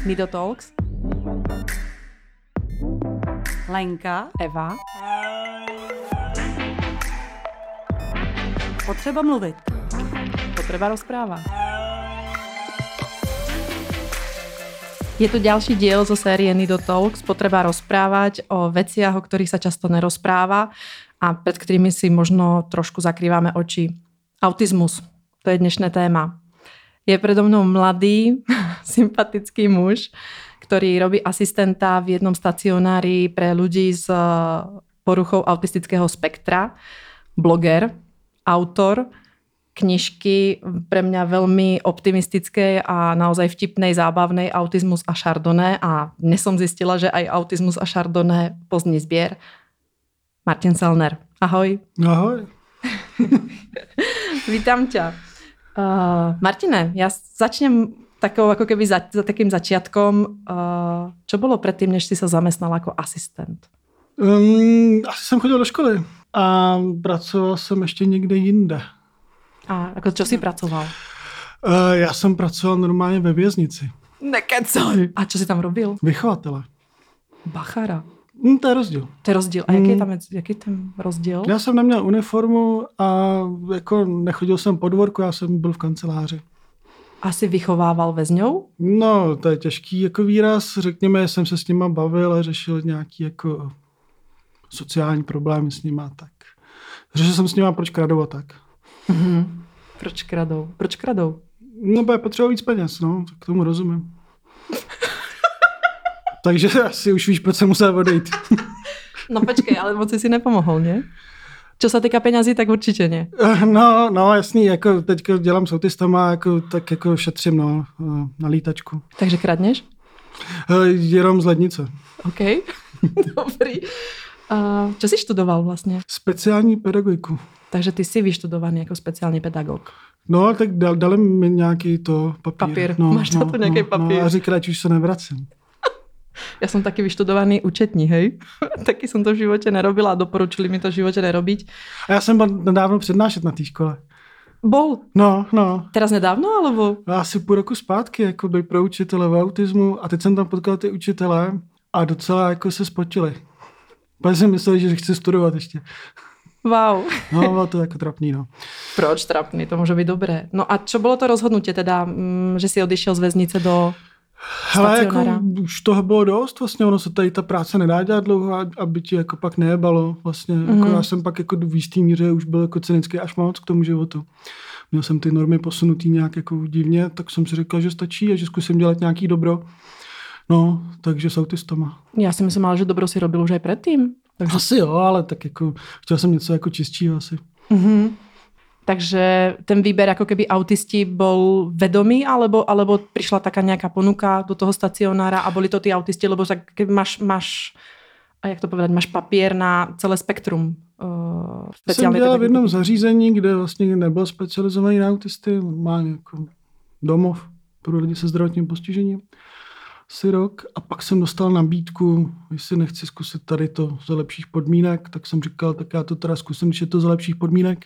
Nido Talks. Lenka. Eva. Potřeba mluvit. Potreba rozprávať. Je tu ďalší diel zo série Nido Talks. Potreba rozprávať o veciach, o ktorých sa často nerozpráva a pred ktorými si možno trošku zakrývame oči. Autizmus. To je dnešné téma. Je predo mnou mladý, sympatický muž, ktorý robí asistenta v jednom stacionári pre ľudí s poruchou autistického spektra, bloger, autor knižky pre mňa veľmi optimistickej a naozaj vtipnej, zábavnej Autizmus a Chardonnay a dnes som zistila, že aj Autizmus a Chardonnay pozdní zbier. Martin Sellner. Ahoj. Ahoj. Vítam ťa. Martine, ja začnem takou, ako keby za takým začiatkom. Čo bolo predtým, než si sa zamestnal ako asistent? Asi jsem chodil do školy a pracoval jsem ještě někde jinde. A ako čo si pracoval? Já jsem pracoval normálně ve věznici. Nekecaj. A čo si tam robil? Vychovatele. Bachara. To je rozdíl. To je rozdíl. A jaký je ten rozdíl? Já jsem neměl uniformu a jako nechodil jsem po dvorku, já jsem byl v kanceláři. Asi vychovával väzňov? No, to je těžký jako výraz. Řekněme, jsem se s nima bavil a řešil nějaký jako sociální problémy s nima. Tak. Řešil jsem s nima, proč kradou a tak. Mm-hmm. Proč kradou? Proč kradou? No, bo je potřeba víc peněz, no, k tomu rozumím. Takže asi už víš, proč jsem musel odejít. No počkej, ale moc si nepomohol, ne? Čo sa týka peňazí, tak určitě ne. No, jasný, jako teďka dělám s autistama, jako, tak jako šetřím, no, na lítačku. Takže kradneš? Jenom z lednice. OK, dobrý. Čo si študoval vlastně? Speciální pedagogiku. Takže ty jsi vyštudovaný jako speciální pedagog. No, tak dali mi nějaký to papír. No, máš na to nějaký papír. No, a říkala, už se nevracím. Ja som taký vyštudovaný účetní, hej? Taky som to v živote nerobila a doporučili mi to v živote nerobiť. A já jsem byl nedávno přednášet na té škole. Bol? No. Teraz nedávno, alebo? Asi půl roku zpátky, jako by pro učitele v autismu a teď jsem tam potkal ty učitele a docela jako se spotili. Pak jsem myslel, že chci studovat ještě. Wow. No, bylo to jako trapný, no. Proč trapný? To môže byť dobré. No a čo bolo to rozhodnutie teda, že si odišiel z väznice do hele, jako už toho bylo dost, vlastně ono se tady ta práce nedá dělat dlouho, aby ti jako pak nejebalo, vlastně, jako já jsem pak jako v jistý míře už byl jako cynický až moc k tomu životu. Měl jsem ty normy posunutý nějak jako divně, tak jsem si říkal, že stačí a že zkusím dělat nějaký dobro. No, takže s autistama. Já si myslím, že dobro si robil už aj predtým. Takže... Asi jo, ale tak jako chtěl jsem něco jako čistšího asi. Mm-hmm. Takže ten výber ako keby autisti bol vedomý, alebo prišla taká nejaká ponuka do toho stacionára a boli to tí autisti, lebo tak máš a jak to povedať, máš papier na celé spektrum. Jsem dělal v jednom zařízení, kde vlastně nebyl specializovaný na autisty, normálně jako domov pro lidi se zdravotním postižením. Asi rok a pak jsem dostal nabídku, jestli nechci zkusit tady to za lepších podmínek, tak jsem říkal, tak já to teda zkusím, když je to za lepších podmínek.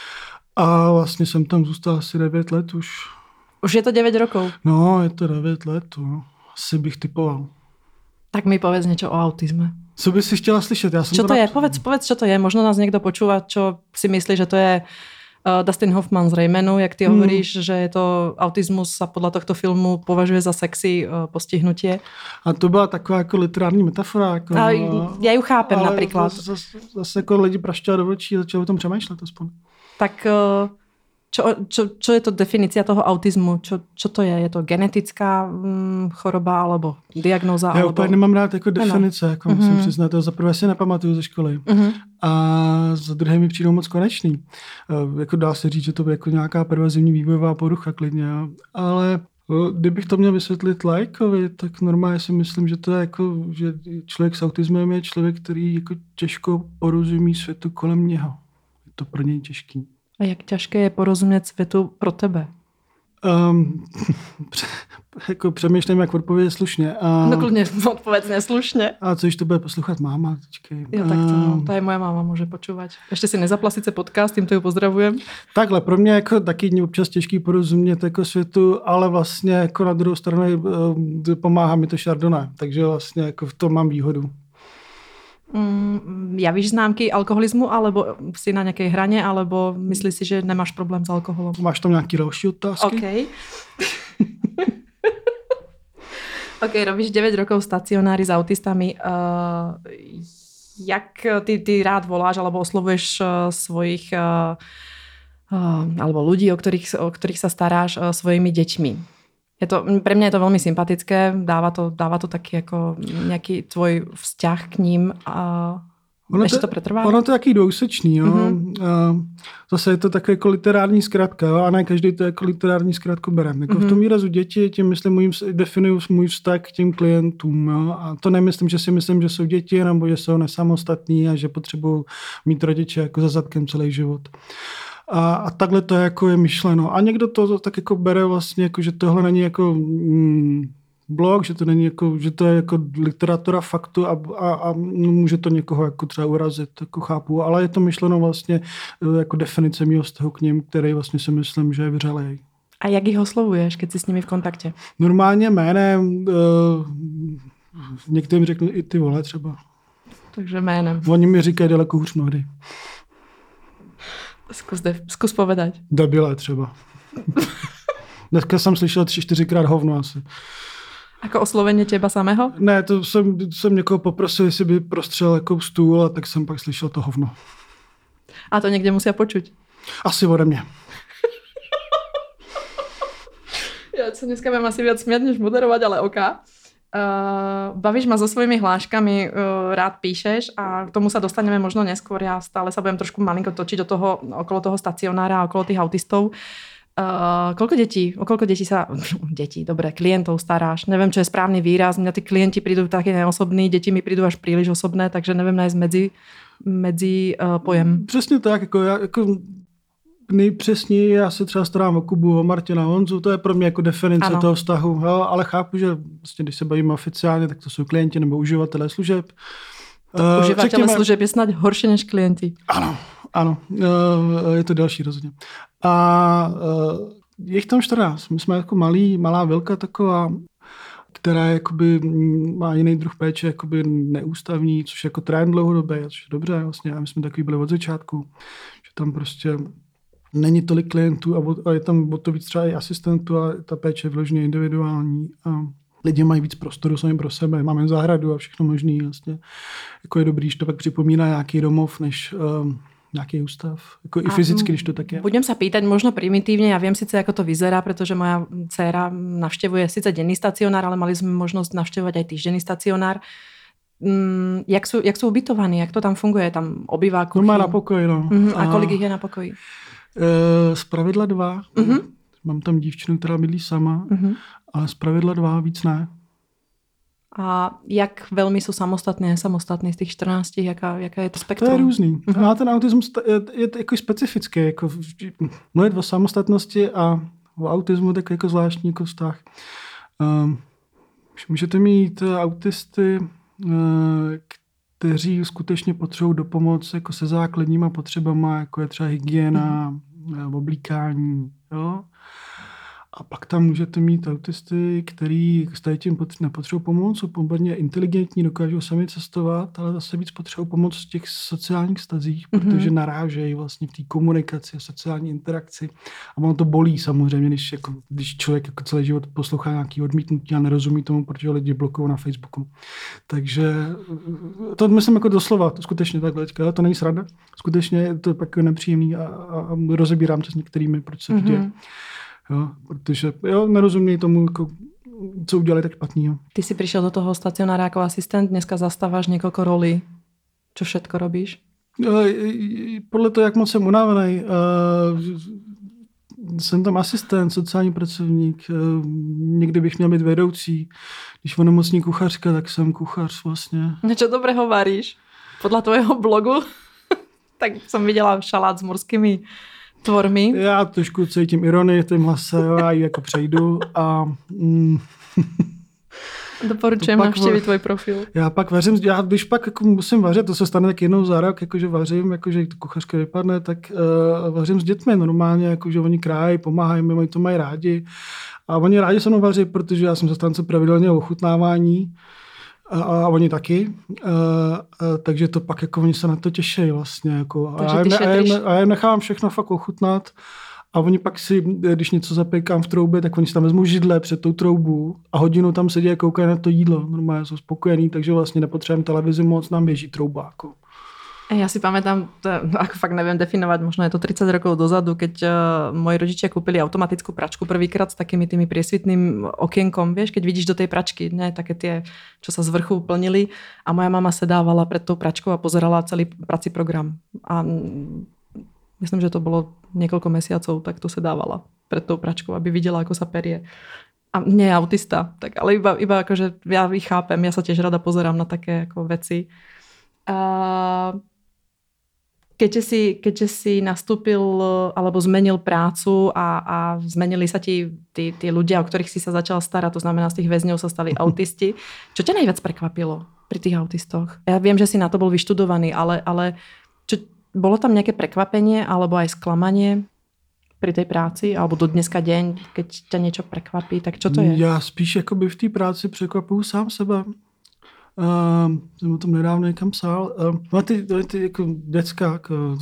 A vlastně jsem tam zůstal asi 9 let už. Už je to 9 rokov? No, je to 9 let, no. Asi bych typoval. Tak mi povedz niečo o autizme. Co by si chtěla slyšet? Já jsem čo to je? Povedz, čo to je. Možno nás niekto počúva, čo si myslí, že to je Dustin Hoffman z Raymanu, jak ty hovoríš, že je to autizmus a podľa tohto filmu považuje za sexy postihnutie. A to byla taková jako literární metafora. Jako, já ju chápem napríklad. Zase jako lidi praštěla do očí a začali o tom přemýšlet aspoň. Tak čo je to definícia toho autizmu? Čo to je? Je to genetická choroba alebo diagnóza? Já úplně nemám rád jako definice, jako musím přiznat. Za prvé si nepamatuju ze školy. A za druhé mi přijdou moc konečný. Jako dá se říct, že to je jako nějaká pervazivní vývojová porucha klidně. Ale kdybych to měl vysvětlit laikovi, tak normálně si myslím, že to je jako, že člověk s autismem je člověk, který jako těžko porozumí světu kolem něho. Je to pro něj těžký. A jak těžké je porozumět světu pro tebe? jako přemýšlím, jak odpovědět slušně. No klidně odpověď neslušně. A co, když to bude poslouchat máma? Teďkej. Jo, tak to je moja máma, může počúvať. Ještě si nezapla sice podcast, tímto ju pozdravujem. Takhle, pro mě jako taky občas těžký porozumět jako světu, ale vlastně jako na druhou stranu pomáhá mi to Chardonnay, takže vlastně jako v tom mám výhodu. Javíš známky alkoholismu, alebo si na nějaké hraně, alebo myslíš si, že nemáš problém s alkoholem? Máš tam nějaký další otázky? OK. OK, robíš 9 rokov stacionári s autistami. Jak ty rád voláš alebo oslovuješ svojich alebo ľudí, o ktorých sa staráš svojimi deťmi? Pre mňa je to veľmi sympatické, dáva to taký jako nějaký tvoj vzťah k ním. Ještě to pretrvá? Ono to je taky dvousečný. Jo? Mm-hmm. Zase je to takové jako literární zkratka, jo? A ne každý to jako literární zkratku bere. Jako v tom výrazu děti, tím myslím, definuju můj vztah k těm klientům. Jo? A to nemyslím, že si myslím, že jsou děti, nebo že jsou nesamostatní a že potřebují mít rodiče jako za zadkem celý život. A takhle to jako je myšleno. A někdo to tak jako bere vlastně, jako, že tohle není jako blog, že to není jako, že to je jako literatura faktu a může to někoho jako třeba urazit, jako chápu, ale je to myšleno vlastně jako definice mýho vztahu k ním, který vlastně si myslím, že je vřelej. A jak jich oslovuješ, keď jsi s nimi v kontaktě? Normálně jménem, některým řeknu i ty vole třeba. Takže jménem. Oni mi říkají daleko hůř mnohdy. Zkus povedať. Debile třeba. Dneska jsem slyšel 3-4krát hovno asi. Jako oslovení těba samého? Ne, to jsem někoho poprosil, jestli by prostřel jako stůl a tak jsem pak slyšel to hovno. A to někde musí počuť? Asi ode mě. Já se dneska mám asi viac smět, než moderovat, ale OK. Bavíš ma so svojimi hláškami, rád píšeš a k tomu sa dostaneme možno neskôr. Ja stále sa budem trošku malinko točiť okolo toho stacionára a okolo tých autistov. O koľko detí sa... klientov staráš? Neviem, čo je správny výraz. Mňa tí klienti prídu taký neosobný, deti mi prídu až príliš osobné, takže neviem nájsť medzi pojem. Přesně tak, jako nejpřesněji já se třeba starám o Kubu, o Martina, o Honzu, to je pro mě jako definice toho vztahu, jo, ale chápu, že vlastně, když se bavíme oficiálně, tak to jsou klienti nebo uživatelé služeb. Uživatelé služeb je snad horší než klienti. Ano, je to další rozhodně. A je jich tam 14, my jsme jako malá velka taková, která jakoby má jiný druh péče, jakoby neústavní, což je jako trend dlouhodobý, což je dobře vlastně, a my jsme takový byli od začátku, že tam prostě není tolik klientů a je tam o to víc třeba i asistentů a ta péče je vložně individuální a lidi mají víc prostoru sami pro sebe, máme zahradu a všechno možný vlastně. Jako je dobrý, že to pak připomíná nějaký domov, než nějaký ústav, jako i fyzicky, když to tak je. Budem sa pýtať možno primitívne, ja viem síce, ako to vyzerá, pretože moja dcéra navštevuje síce denný stacionár, ale mali sme možnosť navštevovať aj týždenný stacionár. Jak sú ubytovaní? Jak to tam funguje? Tam obývá kuchyň? No má na pokoji, no. A kolik ich je na pokoji? Zpravidla 2. Mám tam dívčinu, která bydlí sama, ale zpravidla 2, víc ne. A jak velmi jsou samostatní z těch 14? Jaká je to spektrum? To je různý. A ten autismus je jako specifický. Jako mluvit o samostatnosti a o autismu tak jako zvláštní jako vztah. Můžete mít autisty, kteří skutečně potřebují dopomoc jako se základníma potřebama, jako je třeba hygiena, oblíkání, jo. A pak tam můžete mít autisty, který s tím nepotřebují pomoc, jsou poměrně inteligentní, dokážou sami cestovat, ale zase víc potřebují pomoc v těch sociálních vztazích, protože narážejí vlastně v té komunikaci a sociální interakci. A ono to bolí samozřejmě, když člověk jako celý život poslouchá nějaký odmítnutí a nerozumí tomu, protože lidi blokují na Facebooku. Takže to myslím jako doslova, to skutečně takhle, to není sranda. Skutečně je to pak nepříjemný a rozebírám se s některými, proč se to děje. Jo, protože nerozumějí tomu, jako, co udělali tak špatného. Ty si přišel do toho stacionára jako asistent, dneska zastáváš několik rolí. Čo všetko robíš? Podle toho, jak moc jsem unavený. Jsem tam asistent, sociální pracovník. Někdy bych měl být vedoucí. Když onemocní kuchařka, tak jsem kuchař vlastně. Čo dobrého varíš? Podle tvojho blogu tak jsem viděla šalát s morskými tvormi. Já trošku cítím ironii v tom hlase, jo, já ji jako přejdu a... Doporučujem navštívit tvůj profil. Já pak vařím, když pak jako musím vařit, to se stane tak jednou za rok, jakože vařím, jakože to kuchařka vypadne, tak vařím s dětmi normálně, jakože oni krájí, pomáhají mi, oni to mají rádi. A oni rádi se mnou vaří, protože já jsem zastánce pravidelného ochutnávání a oni taky. Takže to pak jako oni se na to těší vlastně. Jako. A já nechám všechno fakt ochutnat. A oni pak si, když něco zapekám v troubě, tak oni si tam vezmou židle před tou troubu a hodinu tam sedí a koukají na to jídlo. Normálně jsou spokojení, takže vlastně nepotřebujeme televizi moc, nám běží trouba. Jako. Ja si pamätám, ako fakt neviem definovať, možno je to 30 rokov dozadu, keď moji rodičia kúpili automatickú pračku prvýkrát s takými tými priesvitným okienkom, vieš, keď vidíš do tej pračky, ne, také tie, čo sa z vrchu plnili a moja mama sedávala pred tou pračkou a pozerala celý prací program. A myslím, že to bolo niekoľko mesiacov, tak to sedávala pred tou pračkou, aby videla, ako sa perie. A nie je autista, tak, ale iba akože ja ich chápem, ja sa tiež rada pozerám na také ako veci. Keďže si nastúpil alebo zmenil prácu a zmenili sa ti tí ľudia, o ktorých si sa začal starať, to znamená, z tých väzňov sa stali autisti. Čo ťa najviac prekvapilo pri tých autistoch? Ja viem, že si na to bol vyštudovaný, ale bolo tam nejaké prekvapenie alebo aj sklamanie pri tej práci? Alebo do dneska deň, keď ťa niečo prekvapí, tak čo to je? Já spíš jakoby v té práci překvapuju sám sebe. Jsem o tom nedávno někam psal. Ty jako děcka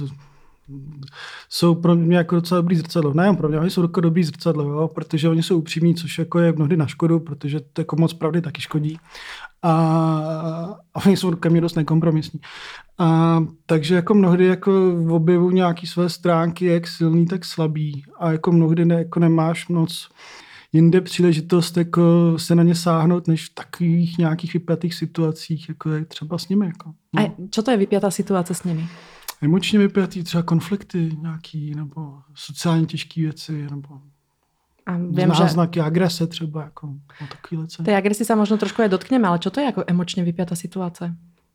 jsou pro mě jako docela dobrý zrcadlo. Nejen pro mě, oni jsou docela dobrý zrcadlo, jo? Protože oni jsou upřímní, což jako je mnohdy na škodu, protože to jako moc pravdy taky škodí. A oni jsou ke mně dost nekompromisní. Takže jako mnohdy jako objevují nějaký své stránky, jak silný, tak slabý. A jako mnohdy jako nemáš moc jinde příležitost jako se na ně sáhnout, než v takových nějakých vypjatých situacích, jako je třeba s nimi. Jako, no. A čo to je vypjatá situace s nimi? Emočně vypjatý, třeba konflikty nějaký, nebo sociálně těžké věci, nebo náznaky agrese třeba, jako no, takový věci. Tej agresi sa možno trošku aj dotkneme, ale čo to je jako emočně vypjatá situace?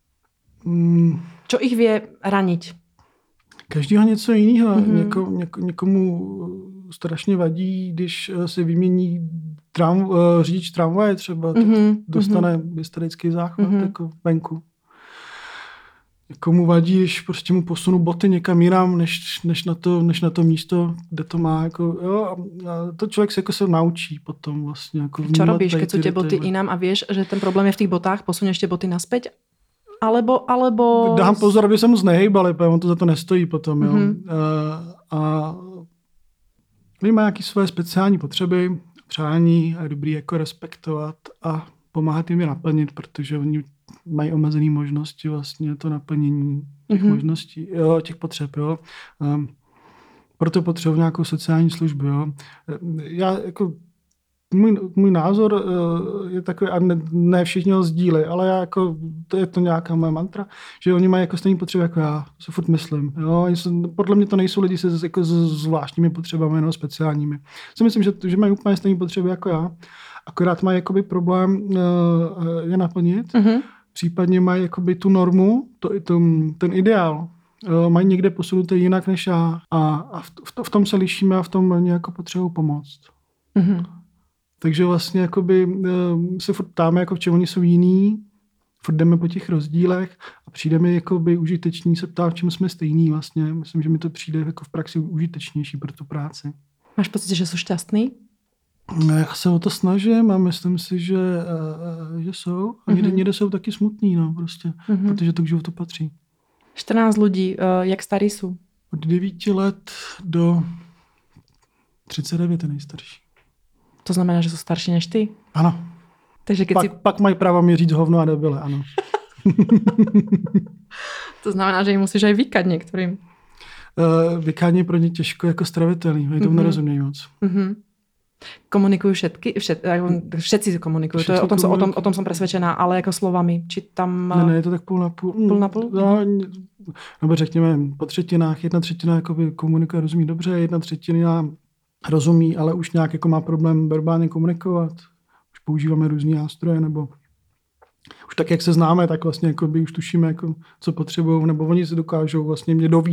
Čo ich vie raniť? Každýho něco jiného. Někomu strašně vadí, když se vymění řidič tramvaje třeba, tak dostane hysterický záchvat jako venku. Někomu vadí, když prostě mu posunu boty někam jinam, než na to místo, kde to má. Jako, jo, a to člověk se jako se naučí potom vlastně. Jako čo robíš, keď sú tie boty inám a vieš, že ten problém je v tých botách, posunieš tie boty naspäť? Alebo... Dám pozor, aby se mu znehejbali, protože on to za to nestojí potom. Jo. A oni mají nějaké své speciální potřeby, přání a je dobrý jako respektovat a pomáhat jim je naplnit, protože oni mají omezené možnosti vlastně to naplnění těch možností, jo, těch potřeb. Jo. Proto potřebuji nějakou sociální službu. Jo. Já jako můj názor je takový, a ne všichni ho sdílí, ale já jako, to je to nějaká moje mantra, že oni mají jako stejné potřeby jako já, se furt myslím. Jo? Podle mě to nejsou lidi se jako zvláštními potřebami nebo speciálními. Si myslím, že mají úplně stejné potřeby jako já, akorát mají jakoby problém je naplnit, případně mají jakoby tu normu, ten ideál, mají někde posunuté jinak než já a v tom se lišíme a v tom oni jako potřebují pomoct. Takže vlastně jakoby, se furt ptáme, jako v čem oni jsou jiný, furt jdeme po těch rozdílech a přijde mi jakoby užitečný se ptát, v čem jsme stejný vlastně. Myslím, že mi to přijde jako v praxi užitečnější pro tu práci. Máš pocit, že jsou šťastný? Já se o to snažím a myslím si, že jsou. A někde jsou taky smutný, no prostě, protože to k životu patří. 14 lidí, jak starí jsou? Od 9 let do 39 je nejstarší. To znamená, že jsou starší než ty? Ano. Takže pak mají právo mi říct hovno a debile, ano. To znamená, že jim musíš aj vykať některým. Vykání je pro ně těžko jako stravitelný. Oni tomu nerozumějí moc. Komunikují všetci komunikují. O tom jsem přesvědčená, ale jako slovami. Či tam... Ne, je to tak půl na půl. Půl na půl? No, řekněme po třetinách. 1/3 komunikuje, rozumí dobře, 1/3 rozumí, ale už nějak jako má problém verbálně komunikovat. Už používáme různý nástroje, nebo už tak, jak se známe, tak vlastně jako by už tušíme, jako, co potřebují, nebo oni se dokážou vlastně mě dovízt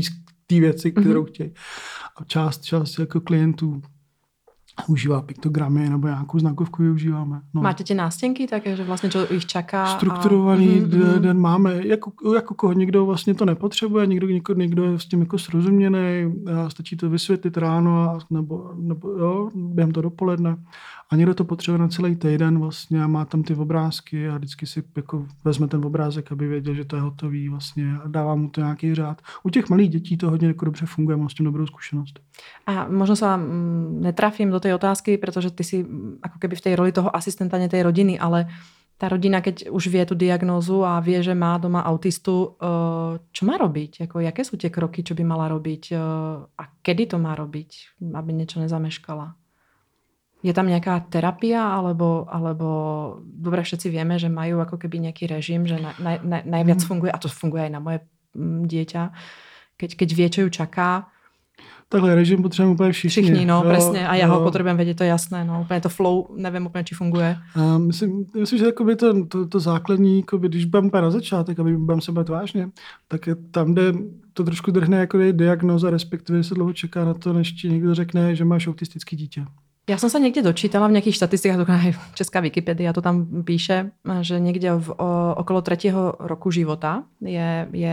té věci, kterou chtějí. A část jako klientů užívá piktogramy nebo nějakou znakovku využíváme. No. Máte tie nástěnky také, že vlastně čo ich čaká? Strukturovaný den máme, jako koho někdo vlastně to nepotřebuje, někdo je s tím jako srozuměný, stačí to vysvětlit ráno nebo jo, během to dopoledne. A někdo to potřebuje na celý týden vlastně a má tam ty obrázky a vždycky si jako vezme ten obrázek, aby věděl, že to je hotový vlastně a dává mu to nějaký řád. U těch malých dětí to hodně jako dobře funguje, mám s tím dobrou zkušenost. A možno sa netrafím do tej otázky, pretože ty si ako keby v tej roli toho asistenta, nie tej rodiny, ale tá rodina, keď už vie tú diagnózu a vie, že má doma autistu, čo má robiť? Jaké sú tie kroky, čo by mala robiť a kedy to má robiť, aby niečo nezameškala? Je tam nejaká terapia, alebo dobre, všetci vieme, že majú ako keby nejaký režim, že najviac funguje, a to funguje aj na moje dieťa, keď vie, čo ju čaká. Takhle režim potřebujeme úplně všichni. Všichni, no, presne. A ja ho potrebujem vedieť, to je jasné. No, úplně to flow, nevím úplně, či funguje. Myslím, že jakoby to základní, jakoby, když budeme úplně na začátek, aby budeme se bavit vážně, tak je tam, kde to trošku drhne jako diagnóza, respektive se dlouho čeká na to, než ti někdo řekne, že máš autistický dítě. Ja som sa niekde dočítala v nejakých štatistikách, aj Česká Wikipedia to tam píše, že niekde okolo 3. roku života je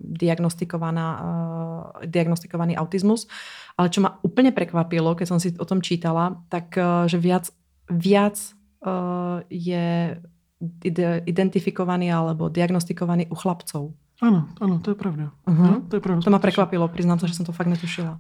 diagnostikovaný autizmus. Ale čo ma úplne prekvapilo, keď som si o tom čítala, tak že viac je identifikovaný alebo diagnostikovaný u chlapcov. Ano, to je pravda. Uh-huh. To je pravda. To ma prekvapilo, priznám sa, že som to fakt netušila.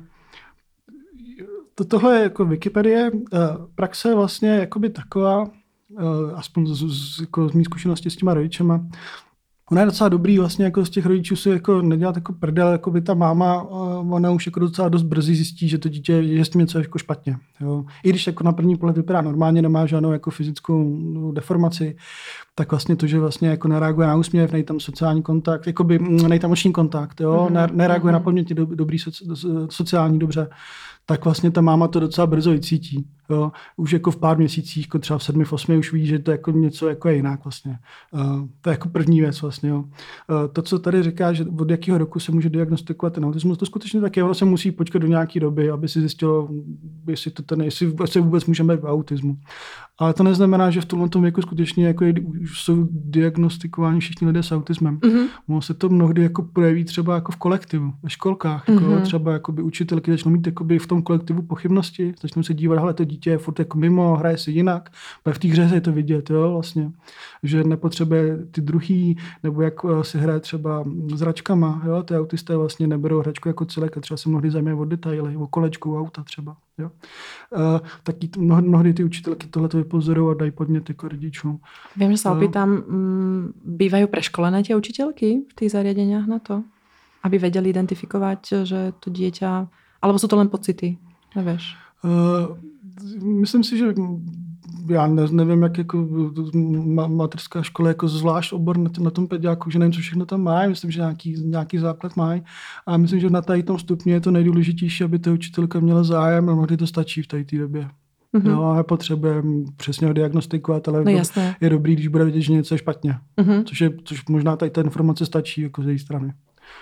Tohle je jako Wikipedie. Praxe je vlastně jakoby taková, aspoň jako z mých zkušeností s těma rodičema, ona je docela dobrý vlastně jako z těch rodičů si jako nedělat jako prdel, jako by ta máma, ona už jako docela dost brzy zjistí, že to dítě je s tím něco jako špatně. Jo. I když jako na první pohled vypadá normálně, nemá žádnou jako fyzickou deformaci, tak vlastně to, že vlastně jako nereaguje na úsměv, nejde tam sociální kontakt, jakoby nejde tam oční kontakt, jo, nereaguje na podměty dobrý sociální dobře, tak vlastně ta máma to docela brzo vycítí. Jo. Už jako v pár měsících, jako třeba v 7, v 8 už ví, že to jako něco jako je jinak vlastně. To je jako první věc vlastně. Jo. To, co tady říká, že od jakého roku se může diagnostikovat ten autismus, to skutečně tak je, ono se musí počkat do nějaké doby, aby si zjistilo, jestli vůbec můžeme být v autismu. Ale to neznamená, že v tomto věku skutečně jako už jsou diagnostikováni všichni lidé s autismem. Ono se to mnohdy jako projeví třeba jako v kolektivu, ve školkách. Jako třeba jakoby učitelky začnou mít jakoby v tom kolektivu pochybnosti, začnou se dívat, hele, to dítě je furt jako mimo, hraje se jinak. V té hře se je to vidět, jo, vlastně. Že nepotřebuje ty druhý, nebo jak si hraje třeba s hračkama, jo, ty autisté vlastně neberou hračku jako celek, a třeba se mnohdy zajímají o detaily, o kolečku auta třeba, jo. Taky mnohdy ty učitelky tohleto vypozorují a dají podnět jako rodičům. Viem, že sa opýtam, bývajú preškolené tie učiteľky v tých zariadeniach na to, aby vedeli identifikovať, že to dieťa, alebo sú to len pocity, nevieš? Myslím si, že já nevím, jak jako mateřská škola jako zvlášť obor na tom pediáku, že nevím, co všechno tam má, myslím, že nějaký základ mají a myslím, že na tady tom stupni je to nejdůležitější, aby ta učitelka měla zájem a mnohdy to stačí v té době. No a potřebujeme přesně ho diagnostikovat, ale je dobrý, když bude vidět, že něco je špatně. Což možná tady ta informace stačí jako z její strany.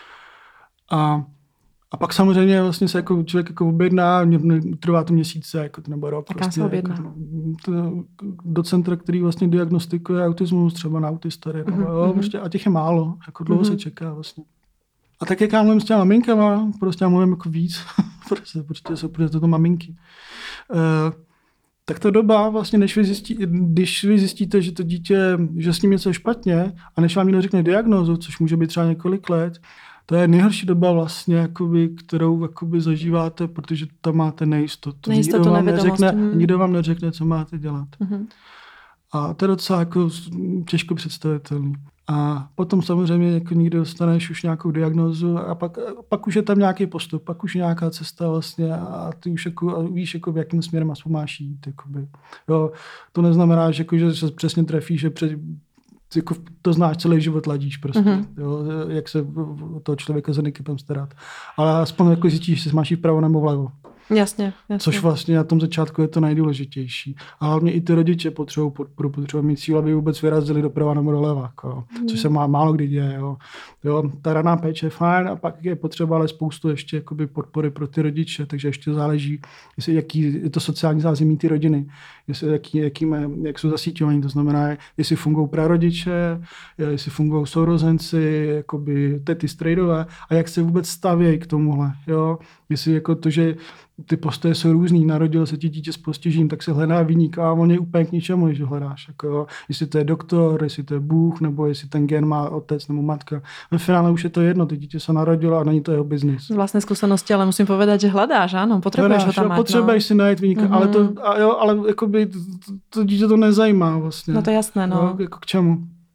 A pak samozřejmě vlastně se jako člověk jako objedná, trvá to měsíce jako, nebo rok. Jaká se objedná? Jako, do centra, který vlastně diagnostikuje autismus, třeba na autistory. Prostě, a těch je málo, jako dlouho se čeká vlastně. A tak jak já mluvím s těma maminkama, prostě já mluvím jako víc, protože to maminky. Tak ta doba vlastně, když vy zjistíte, že to dítě, že s ním něco je špatně a než vám někdo řekne diagnózu, což může být třeba několik let, to je nejhorší doba vlastně, jakoby, kterou jakoby zažíváte, protože tam máte nejistotu. Nikdo vám neřekne, co máte dělat. A to je docela jako těžko představitelný. A potom samozřejmě jako někdy dostaneš už nějakou diagnózu a pak už je tam nějaký postup, pak už je nějaká cesta vlastně a ty už jako, víš, jako v jakým směrem aspoň máš jít. Jakoby. Jo, to neznamená, že se přesně trefíš, že jako to znáš, celý život ladíš prostě, jo, jak se toho člověka s handicapem starat. Ale aspoň jako zjistíš, že máš jít vpravo nebo vlevo. Jasně. Což vlastně na tom začátku je to nejdůležitější. A hlavně i ty rodiče potřebují podporu, potřebují mít cíl, aby vůbec vyrazili doprava nebo doleva, což se málo kdy děje. Jo, ta raná péče je fajn a pak je potřeba ale spoustu ještě jakoby podpory pro ty rodiče, takže ještě záleží, jestli, jaký je to sociální zázemí ty rodiny, jak jsou zasíťovaní, to znamená, jestli fungují prarodiče, jestli fungují sourozenci, jakoby tety strejdové a jak se vůbec stavějí k tomuhle. Jo? Jestli jako to, že ty postoje jsou různý, narodilo se ti dítě s postižením, tak se hledá viník a on je úplně k ničemu, když ho hledáš. Jako, jo? Jestli to je doktor, jestli to je Bůh, nebo jestli ten gen má otec nebo matka. Ve finále už je to jedno, ty dítě se narodilo a není to jeho biznis. Vlastné zkušenosti, ale musím povedat, že hledáš, ano, potřebuješ ho tam mít. Potřebuješ si najít viníka, ale jakoby to dítě to nezajímá vlastně. No to jasné, no. Jo? Jako k čemu?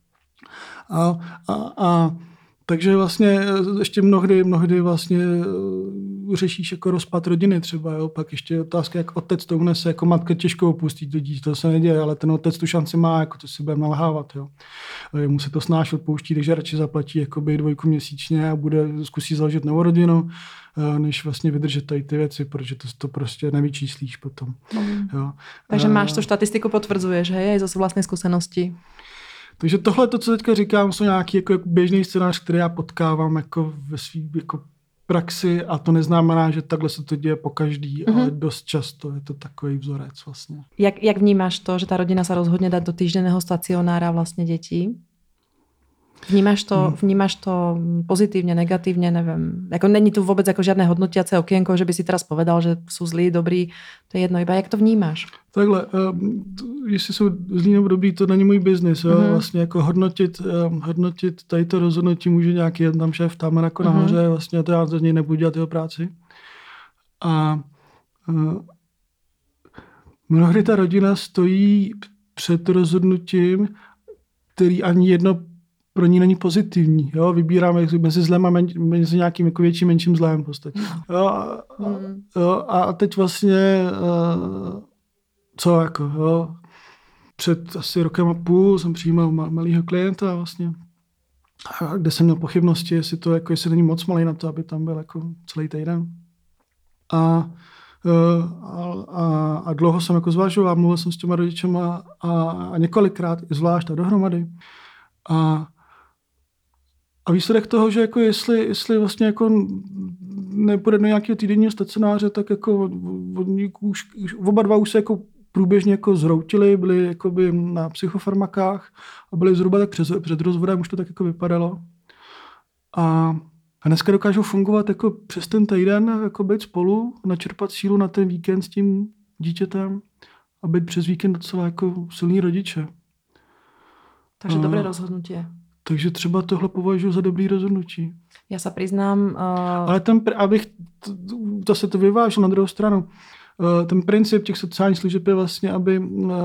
Takže vlastně ještě mnohdy vlastně řešíš jako rozpad rodiny třeba, jo? Pak ještě otázka, jak otec to unese, jako matka těžko opustí to dítě, to se neděje, ale ten otec tu šanci má, jako to si bude nalhávat, jo. Mu se to snáš odpouští, takže radši zaplatí jakoby 2 měsíčně a zkusí založit novou rodinu, než vlastně vydržet tady ty věci, protože to prostě nevyčíslíš potom. Jo. Takže máš tu statistiku, potvrzuješ, hej, zo vlastní zkušenosti. Takže tohle, to, co teďka říkám, jsou nějaký jako běžný scénář, který já potkávám jako ve svý jako praxi a to neznamená, že takhle se to děje po každý, ale dost často je to takový vzorec vlastně. Jak vnímáš to, že ta rodina se rozhodne dát do týždenného stacionára vlastně dětí? Vnímáš to pozitívne, negatívne, neviem. Jako není tu vôbec ako žiadne hodnotiace okienko, že by si teraz povedal, že sú zlí, dobrí, to je jedno, iba jak to vnímáš? Takhle, jestli jsou zlí nebo dobrý, to není můj biznis. Vlastně jako hodnotit tady to rozhodnutí může nějaký tam šéf tam jako nahoře, vlastně to já za něj nebudu dělat jeho práci. A mnohdy ta rodina stojí před rozhodnutím, který ani jedno pro ní není pozitivní. Jo? Vybíráme mezi zlem a mezi nějakým jako větším, menším zlem v podstatě. A teď vlastně co jako, jo? Před asi 1,5 roku jsem přijímal malýho klienta vlastně, kde jsem měl pochybnosti, jestli není moc malý na to, aby tam byl jako celý týden. A dlouho jsem jako zvažoval, mluvil jsem s těma rodičema a několikrát i zvlášť a dohromady. A výsledek toho, že jako jestli vlastně jako nepůjde do nějakého týdenního stacionáře, tak jako už oba dva už se jako průběžně jako zhroutili, byli jakoby na psychofarmakách a byli zhruba tak před rozvodem, už to tak jako vypadalo. A dneska dokážou fungovat jako přes ten týden, jako být spolu, načerpat sílu na ten víkend s tím dítětem a být přes víkend docela jako silný rodiče. Takže dobré rozhodnutí. Takže třeba tohle považuji za dobrý rozhodnutí. Já se přiznám... Ale abych zase to vyvážil na druhou stranu, ten princip těch sociálních služeb je vlastně, aby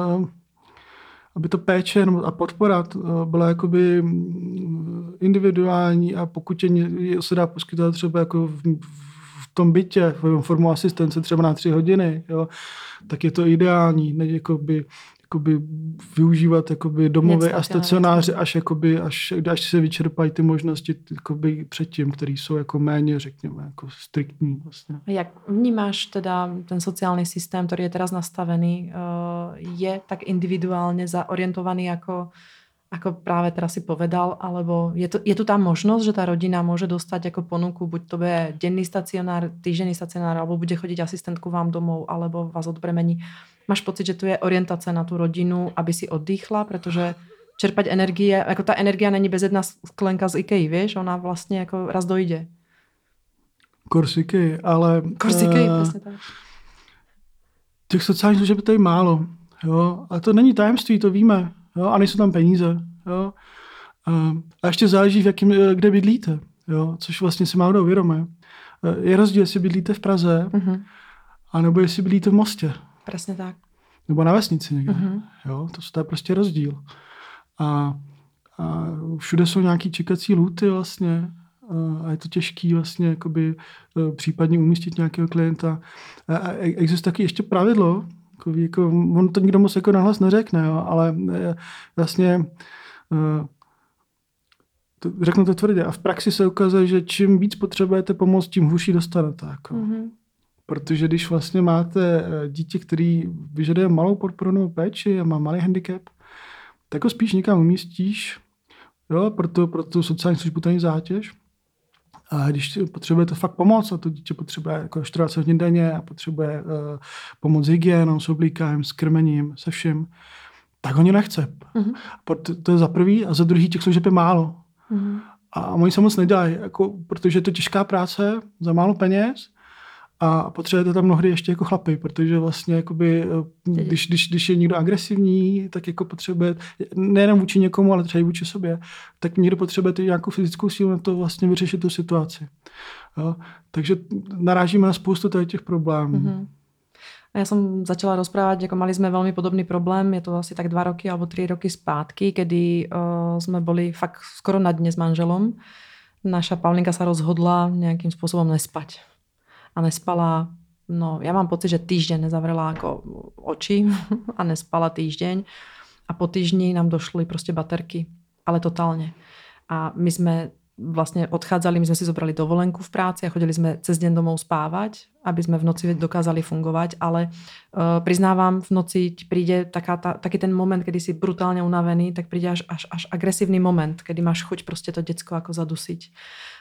to péče a podpora byla jakoby individuální a pokud se dá poskytovat třeba jako v tom bytě, formou asistence třeba na 3 hodiny, jo, tak je to ideální, ne jakoby využívat jakoby domovy a stacionáře, až se vyčerpají ty možnosti jakoby předtím, které jsou jako méně, řekněme, jako striktní. Vlastně. A jak vnímáš teda ten sociální systém, který je teraz nastavený, je tak individuálně zaorientovaný jako práve teraz si povedal, alebo je tu tá možnosť, že tá rodina môže dostať ako ponuku, buď to bude denný stacionár, týždenný stacionár, alebo bude chodiť asistentku vám domov, alebo vás odbremení. Máš pocit, že tu je orientace na tú rodinu, aby si oddychla, pretože čerpať energie, ako tá energia není bez jedna sklenka z IKEA, vieš, ona vlastne jako raz dojde. Korsiky, ale... Korsiky, přesně tak. Těch sociálních služeb je tady málo, jo, a to není tajemství, to víme. Jo, a nejsou tam peníze. Jo. A ještě záleží, kde bydlíte. Jo, což vlastně si málo uvědomuje. Je rozdíl, jestli bydlíte v Praze, anebo jestli bydlíte v Mostě. Přesně tak. Nebo na vesnici někde. Jo, to je prostě rozdíl. A všude jsou nějaký čekací lhůty vlastně. A je to těžký vlastně jakoby, případně umístit nějakého klienta. A existuje taky ještě pravidlo, jako, on to nikdo moc jako nahlas neřekne, jo, ale vlastně řeknu to tvrdě. A v praxi se ukazuje, že čím víc potřebujete pomoct, tím hůř dostanete. Jako. Protože když vlastně máte dítě, který vyžaduje malou podpornou péči a má malý handicap, tak ho spíš někam umístíš, jo, pro tu sociální službu to není zátěž. A když potřebujete fakt pomoc, a to dítě potřebuje jako 14 hodin denně a potřebuje pomoc s hygienou, s oblíkáním, s krmením, se vším, tak ho nechce. To je za prvý a za druhý těch služeb je málo. A oni se moc nedělají, jako, protože je to těžká práce za málo peněz a potřebujete tam mnohdy ještě jako chlapy, protože vlastně jakoby, když je někdo agresivní, tak jako potřebuje nejen vůči někomu, ale třeba i vůči sobě, tak někdo potřebuje nějakou fyzickou sílu na to vlastně vyřešit tu situaci. Jo? Takže narážíme na spoustu těch problémů. A ja som začala rozprávať, ako mali sme veľmi podobný problém, je to asi tak 2 roky alebo 3 roky zpátky, kedy sme boli fakt skoro na dne s manželom. Naša Paulinka sa rozhodla nejakým spôsobom nespať. A nespala, no ja mám pocit, že týždeň nezavrela ako oči a nespala týždeň. A po týždni nám došli proste baterky, ale totálne. A my sme vlastne odchádzali, my sme si zobrali dovolenku v práci a chodili sme cez deň domov spávať, aby sme v noci dokázali fungovať, ale priznávam, v noci ti príde taký ten moment, kedy si brutálne unavený, tak príde až agresívny moment, kedy máš chuť proste to decko ako zadusiť.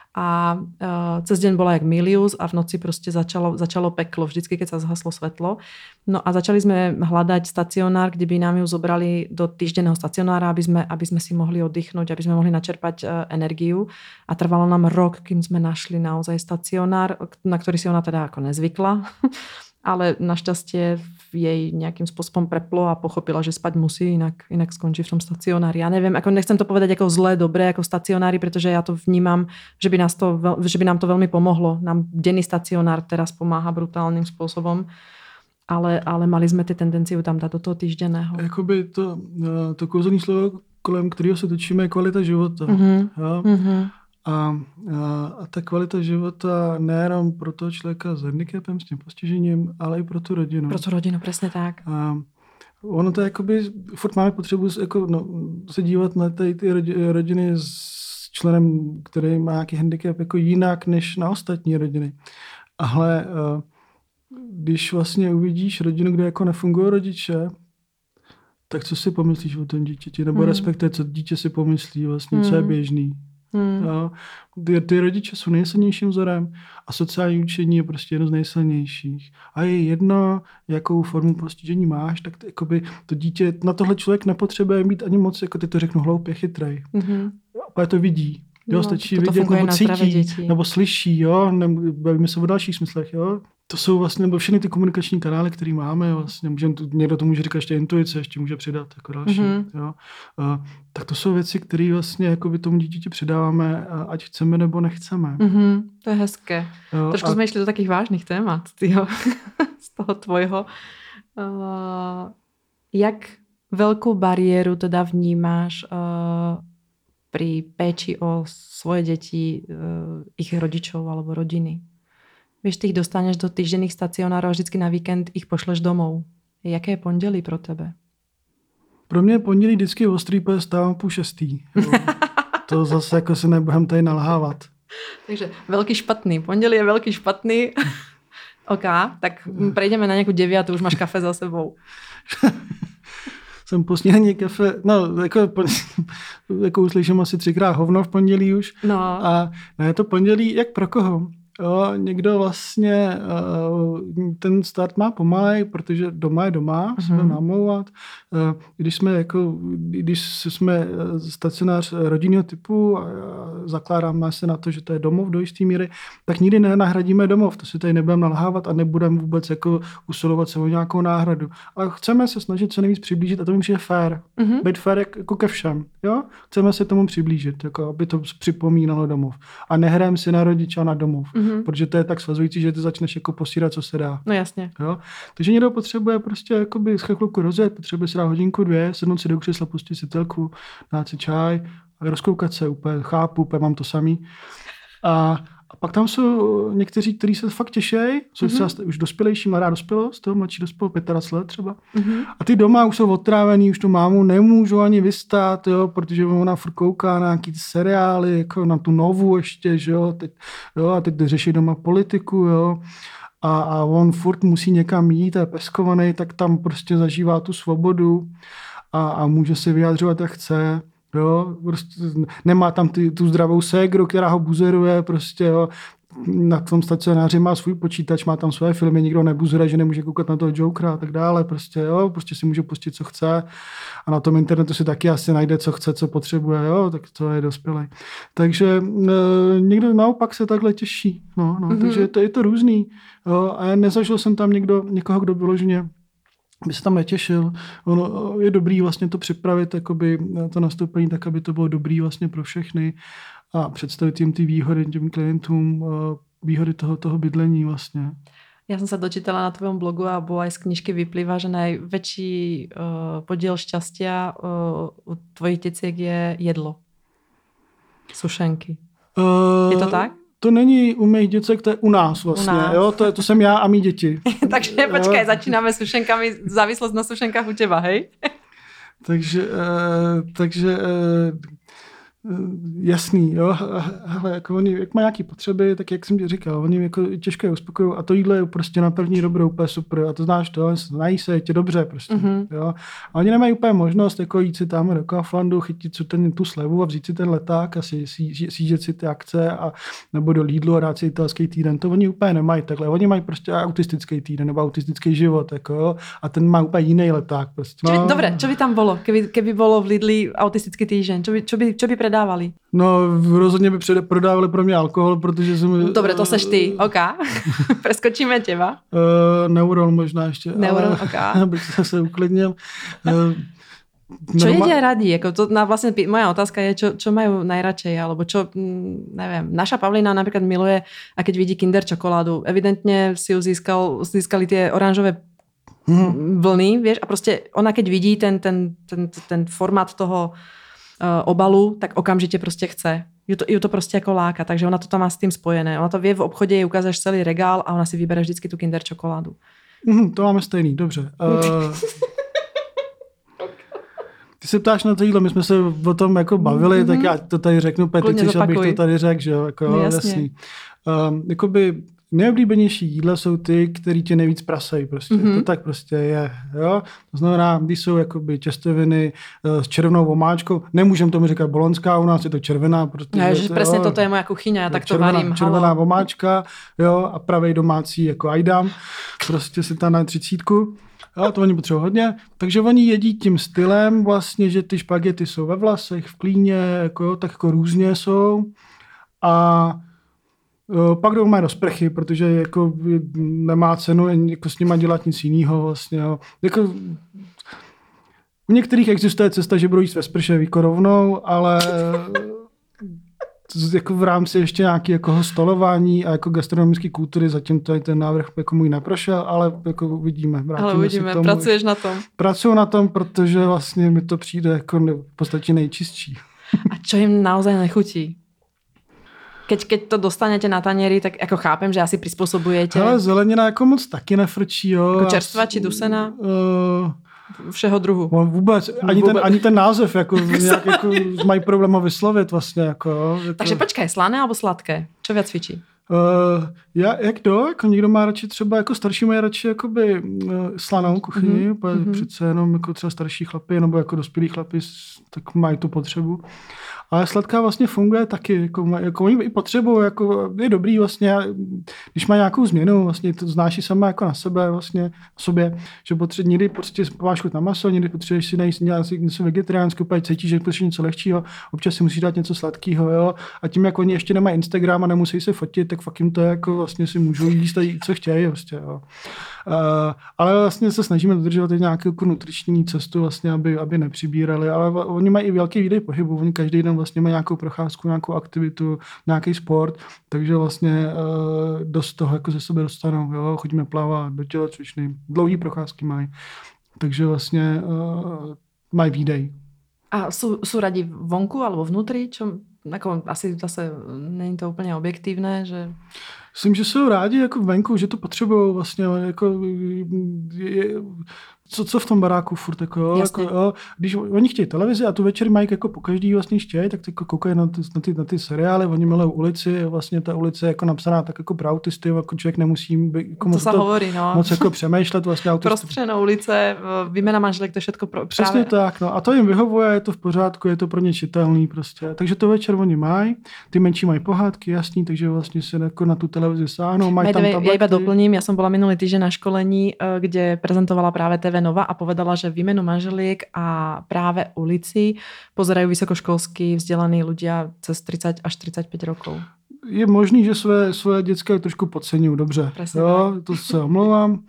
A cez deň bola jak Milius a v noci proste začalo peklo, vždycky, keď sa zhaslo svetlo. No a začali sme hľadať stacionár, kde by nám ju zobrali do týždenného stacionára, aby sme si mohli oddychnúť, aby sme mohli načerpať energiu. A trvalo nám rok, kým sme našli naozaj stacionár, na ktorý si ona teda ako nezvykla. Ale našťastie jej nejakým spôsobom preplo a pochopila, že spať musí, inak skončí v tom stacionári. Ja neviem, ako nechcem to povedať ako zlé, dobré, ako stacionári, pretože ja to vnímam, že by nám to veľmi pomohlo. Nám denný stacionár teraz pomáha brutálnym spôsobom, ale mali sme tie tendenciu tam dať do toho týždenného. Jakoby to kouzelné slovo, kolem kterého se točíme, je kvalita života. A ta kvalita života nejenom pro toho člověka s handicapem, s tím postižením, ale i pro tu rodinu. Pro tu rodinu, přesně tak. A ono to jakoby, furt máme potřebu se dívat na ty rodiny s členem, který má nějaký handicap, jako jinak než na ostatní rodiny. Ale když vlastně uvidíš rodinu, kde jako nefungují rodiče, tak co si pomyslíš o tom dítěti? Nebo respektive, co dítě si pomyslí vlastně, co je běžný. Jo. Ty rodiče jsou nejsilnějším vzorem a sociální učení je prostě jedno z nejsilnějších. A je jedno, jakou formu postižení máš, tak to dítě, na tohle člověk nepotřebuje mít ani moc, jako ty to řeknu, hloupě, chytrej. A to vidí. Jo, stačí vidět, nebo cítí, nebo slyší, jo, bavíme se o dalších smyslech, jo. To jsou vlastně nebo všechny ty komunikační kanály, které máme, vlastně někdo to může říkat ještě intuice, ještě může přidat jako další, jo. Tak to jsou věci, které vlastně jako tomu dítěti přidáváme, ať chceme nebo nechceme. To je hezké. Jo, trošku jsme išli do takých vážných témat, z toho tvojho. Jak veľkú bariéru teda vnímáš pri péči o svoje deti, ich rodičov alebo rodiny? Vieš, ty ich dostaneš do týždenných stacionárov a vždycky na víkend ich pošleš domov. Jaké je pondělí pro tebe? Pro mě je pondělí vždycky ostrý, protože stávám 5:30. To zase jako se nebudem tady nalhávat. Takže veľký špatný. Pondělí je veľký špatný. OK, tak prejdeme na nějakou 9, už máš kafe za sebou. Jsem po snídaní kafe, no jako uslyším asi 3krát hovno v pondělí už. No. A je to pondělí jak pro koho? Jo, někdo vlastně ten start má pomalej, protože doma je doma, se budeme namlouvat. Když jsme stacionář rodinného typu a zakládáme se na to, že to je domov do jisté míry, tak nikdy nenahradíme domov. To si tady nebudeme nalhávat a nebudeme vůbec jako usilovat se o nějakou náhradu. Ale chceme se snažit co nejvíc přiblížit a to mi přijde fér. Být fér jako ke všem. Jo? Chceme se tomu přiblížit, jako aby to připomínalo domov. A nehrajeme si na rodiče a na domov. Protože to je tak svazující, že ty začneš jako posírat, co se dá. No jasně. Jo? Takže někdo potřebuje prostě jakoby chvilku rozjet, potřebuje si dát hodinku, 2, sednout si do křesla, pustit si telku, dát si čaj a rozkoukat se, úplně chápu, úplně mám to samý. A pak tam jsou někteří, kteří se fakt těšejí, jsou třeba už dospělejší, mladá dospělost, toho mladší dospělo 25 let třeba. A ty doma už jsou otrávený, už tu mámu nemůžou ani vystát, jo, protože ona furt kouká na nějaký seriály, jako na tu novu ještě, že jo, a teď řeší doma politiku, jo. a on furt musí někam jít a je peskovaný, tak tam prostě zažívá tu svobodu a může se vyjadřovat, jak chce. Jo, prostě nemá tam tu zdravou ségru, která ho buzeruje, prostě jo. Na tom stacionáři má svůj počítač, má tam své filmy, nikdo nebuzuje, že nemůže koukat na toho Jokera a tak dále, prostě jo, prostě si může pustit, co chce a na tom internetu si taky asi najde, co chce, co potřebuje, jo, tak to je dospělý. Takže někdo naopak se takhle těší, takže je to různý, jo, a nezažil jsem tam někoho, kdo vyloženě by se tam netěšil. Ono je dobrý vlastně to připravit, jakoby, to nastoupení tak, aby to bylo dobrý vlastně pro všechny a představit jim ty výhody těm klientům, výhody toho bydlení vlastně. Ja som sa dočítala na tvojom blogu a aj z knižky vyplýva, že najväčší podiel šťastia u tvojich deciek je jedlo. Sušenky. Je to tak? To není u mých děcek, to je u nás vlastně. U nás. Jo? To jsem já a mý děti. Takže počkaj, začínáme sušenkami, závislosť na sušenkách u teba, hej? Takže jasný, jo. Hele, jako oni, jak mají nějaké potřeby, tak jak jsem ti říkal, oni jako těžko je uspokojují a to jídlo je prostě na první dobrou úplně super a to znáš to, znají se, je tě dobře prostě, jo. A oni nemají úplně možnost jako jít si tam do Kauflandu, chytit tu slevu a vzít si ten leták a sjíždět si ty akce a nebo do Lidlu a dát si italský týden, to oni úplně nemají takhle, oni mají prostě autistický týden nebo autistický život, jako jo, a ten má úplně jiný leták prostě. No. Dobre, čo by tam bolo, keby bolo v Lidli autistický týždeň, čo by predávali? No, rozhodně by prodávali pro mě alkohol, protože jsem... Dobre, to seš ty, OK. Preskočíme teba. Neuron možná ještě. Neuron, OK. Abych se uklidnil. Čo jedia radi? Jako to, vlastne moja otázka je, čo majú najradšej, alebo čo, neviem. Naša Pavlína napríklad miluje, a keď vidí Kinder čokoládu, evidentne si ju získali tie oranžové vlny, vieš, a proste ona keď vidí ten formát toho obalu, tak okamžite proste chce. Ju to proste ako láka, takže ona to tam má s tým spojené. Ona to vie v obchode, jej ukážeš celý regál a ona si vybere vždycky tu Kinder čokoládu. To máme stejný, dobře. Ty se ptáš na to jídlo, my jsme se o tom jako bavili, tak já to tady řeknu, Petici, abych to tady řekl, že jo, jako jasný. Jakoby nejoblíbenější jídla jsou ty, který tě nejvíc prasejí prostě. To tak prostě je, jo. To znamená, když jsou jakoby těstoviny s červenou omáčkou, nemůžeme tomu říkat bolonská, u nás je to červená. Protože, že přesně toto je moja kuchyňa, já tak to varím. Červená omáčka, jo, a pravej domácí jako ajdam, prostě si tam na 30. Jo, to oni potřebují hodně, takže oni jedí tím stylem vlastně, že ty špagety jsou ve vlasech, v klíně, jako, tak jako různě jsou a pak jdou do sprchy, protože jako nemá cenu jako s nima dělat nic jiného vlastně. Jo. Jako, u některých existuje cesta, že budou jíst ve sprše víko rovnou, ale jako v rámci ještě nějaké jako stolování a jako gastronomické kultury zatím tady ten návrh jako můj neprošel, ale jako uvidíme. Ale uvidíme, pracuješ na tom. Pracuju na tom, protože vlastně mi to přijde jako v podstatě nejčistší. A čo jim naozaj nechutí? Keď to dostanete na tanieri, tak jako chápem, že asi prispôsobujete. Ale zelenina jako moc taky nefrčí, jo. Jako čerstvá či dusená? Všeho druhu. Vůbec. Ani ten název jako nějak jako mají problém ho vyslovit vlastně. Jako. Takže počkaj, slané alebo sladké? Čo viac cvičí? Jako někdo má radši třeba, jako starší mají radši jakoby slanou kuchyni, přece jenom jako třeba starší chlapi, nebo jako dospělí chlapi, tak mají tu potřebu. Ale sladká vlastně funguje taky, jako oni i potřebují, jako je dobrý vlastně, když má nějakou změnu, vlastně to znáš i sama jako na sebe vlastně, sobě, že potřebuješ někdy prostě máš chuť na maso, někdy potřebuješ si najít něco vegetariánského, úplně cítíš, že potřebuješ něco lehčího, občas si musíš dát něco sladkého, jo, a tím, jak oni ještě nemají Instagram a nemusí se fotit, tak fakt jim to jako vlastně si můžou jíst a jít, co chtějí, vlastně, jo. Ale vlastně se snažíme dodržovat nějakou nutriční cestu, vlastně, aby nepřibírali, ale oni mají i velký výdej pohybu, oni každý den vlastně mají nějakou procházku, nějakou aktivitu, nějaký sport, takže vlastně dost toho jako ze sebe dostanou, jo? Chodíme plavat, do tělocvičny, dlouhý procházky mají, takže vlastně mají výdej. A sú radi vonku alebo vnútri? Čo, ako, asi zase není to úplně objektivné, že... Myslím, že jsou rádi jako venku, že to potřebují vlastně, jako Co v tom baráku furt, jako když oni chtějí televizi a tu večer mají jako po každý vlastně chtějí, tak jako koukají na ty seriály, oni milují ulici, vlastně ta ulice je jako napsaná tak jako pro autisty, jako člověk nemusí jako moc jako přemýšlet vlastně autisty. Prostřená ulice, výměna manželek, to všechno Přesně tak, no a to jim vyhovuje, je to v pořádku, je to pro ně čitelný prostě. Takže to večer oni mají, ty menší mají pohádky, jasný, takže vlastně se jako na tu televizi sáhnou, mají tam tablety. Ja iba doplním, ja som bola minulý týždeň na školení, kde prezentovala práve TV Nova a povedala, že výmenu manželiek a práve ulici pozerajú vysokoškolskí vzdelaní ľudia cez 30 až 35 rokov. Je možný, že svoje dětské trošku podceňujú, dobře. Presne, jo, to se omlouvám.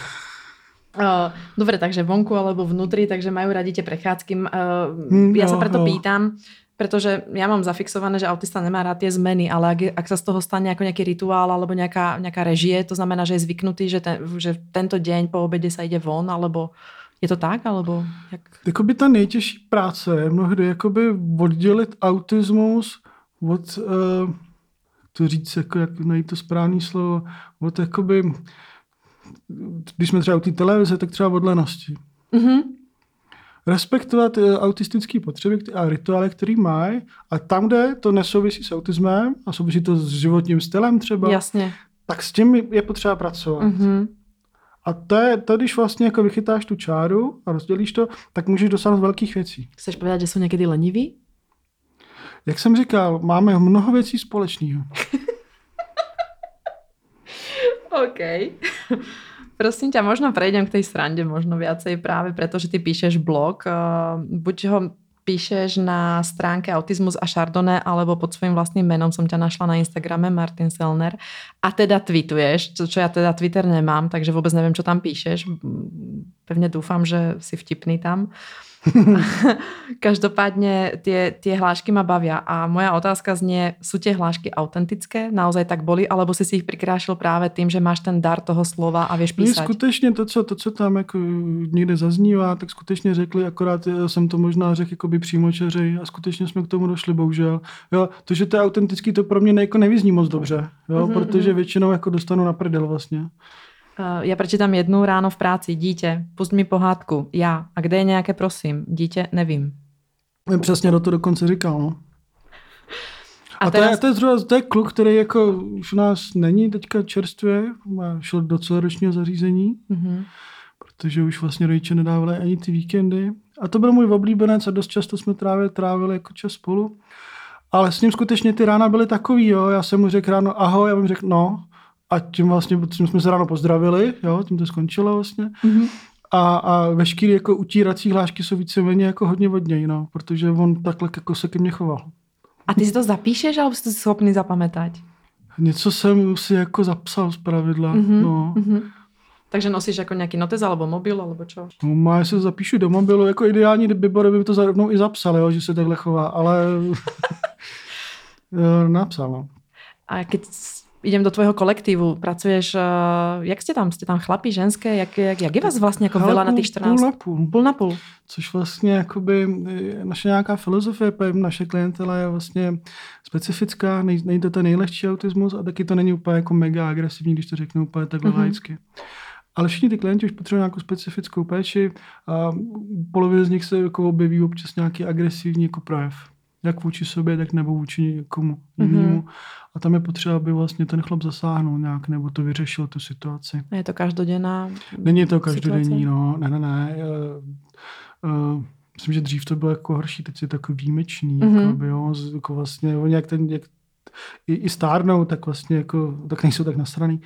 Dobre, takže vonku alebo vnútri, takže majú radi tie prechádzky. Ja sa preto pýtam, pretože ja mám zafixované, že autista nemá rád tie zmeny, ale ak sa z toho stane ako nejaký rituál alebo nejaká režie, to znamená, že je zvyknutý, že tento deň po obede sa ide von, alebo je to tak, alebo jak? Jakoby ta nejtěžší práce je mnohdy jakoby oddělit autismus od, to říct, jako, jak najít to správné slovo, od jakoby, když jsme třeba u té televize, tak třeba od lenosti. Mm-hmm. Respektovat autistické potřeby a rituály, který mají, a tam, kde to nesouvisí s autismem a souvisí to s životním stylem třeba, jasně, tak s tím je potřeba pracovat. Mm-hmm. A to, když vlastně jako vychytáš tu čáru a rozdělíš to, tak můžeš dosáhnout velkých věcí. Chceš povedať, že jsou někdy leniví? Jak jsem říkal, máme mnoho věcí společného. OK. Prosím ťa, možno prejdem k tej srande možno viacej práve preto, že ty píšeš blog. Buď ho píšeš na stránke Autizmus a Chardonnay, alebo pod svojím vlastným menom som ťa našla na Instagrame Martin Sellner. A teda tweetuješ, čo ja teda Twitter nemám, takže vôbec neviem, čo tam píšeš. Pevne dúfam, že si vtipný tam. Každopádne tie hlášky ma bavia a moja otázka znie, sú tie hlášky autentické? Naozaj tak boli? Alebo si ich prikrášil práve tým, že máš ten dar toho slova a vieš písať? Skutečně to, co tam jako někde zaznívá, tak skutečně řekli, akorát jsem to možná řekl jakoby přímočařej a skutečně jsme k tomu došli, bohužel. Jo, to, že to je autentický, to pro mě jako nevyzní moc dobře, jo, protože většinou jako dostanu na prdel vlastně. Ja prečítam jednu ráno v práci. Dítě, pust mi pohádku. Já. A kde je nějaké prosím? Dítě, nevím. Přesně to dokonce říkal, no. A to je kluk, který jako už u nás není teďka čerstvě, šel do celoročního zařízení, protože už vlastně rodiče nedávali ani ty víkendy. A to byl můj oblíbenec a dost často jsme trávili jako čas spolu. Ale s ním skutečně ty rána byly takový, jo. Já jsem mu řekl ráno ahoj, já mu řekl no. A tím vlastně, protože jsme se ráno pozdravili, jo, tím to skončilo vlastně. Mm-hmm. A veškeré jako utírací hlášky jsou víceméně jako hodně od něj, no, protože on takhle jako se ke mně choval. A ty si to zapíšeš, alebo si to schopný zapamätať? Něco jsem si jako zapsal z pravidla, no. Mm-hmm. Takže nosíš jako nějaký notes alebo mobil, alebo čo? No, já se zapíšu do mobilu, jako ideální, kdyby by to rovnou i zapsal, jo, že se takhle chová, ale napsal, no. A keď idem do tvojho kolektívu, pracuješ, jak ste tam chlapi, ženské, jak je vás vlastně jako veľa na těch 14? Půl na půl. Což vlastně jakoby naše nějaká filozofie, naše klientela je vlastně specifická, nejde to nejlehčí autismus a taky to není úplně jako mega agresivní, když to řeknu úplně takhle laicky. Ale všichni ty klienti už potřebují nějakou specifickou péči a polovina z nich se jako objeví občas nějaký agresivní jako projev. Jak vůči sobě, tak nebo vůči někomu jinému. A tam je potřeba, aby vlastně ten chlap zasáhnul nějak, nebo to vyřešil tu situaci. Je to každodenná Není to každodenní, no. Ne. Myslím, že dřív to bylo jako horší, teď je takový výjimečný. Jako vlastně, jak i stárnou, tak vlastně jako, tak nejsou tak nasraný.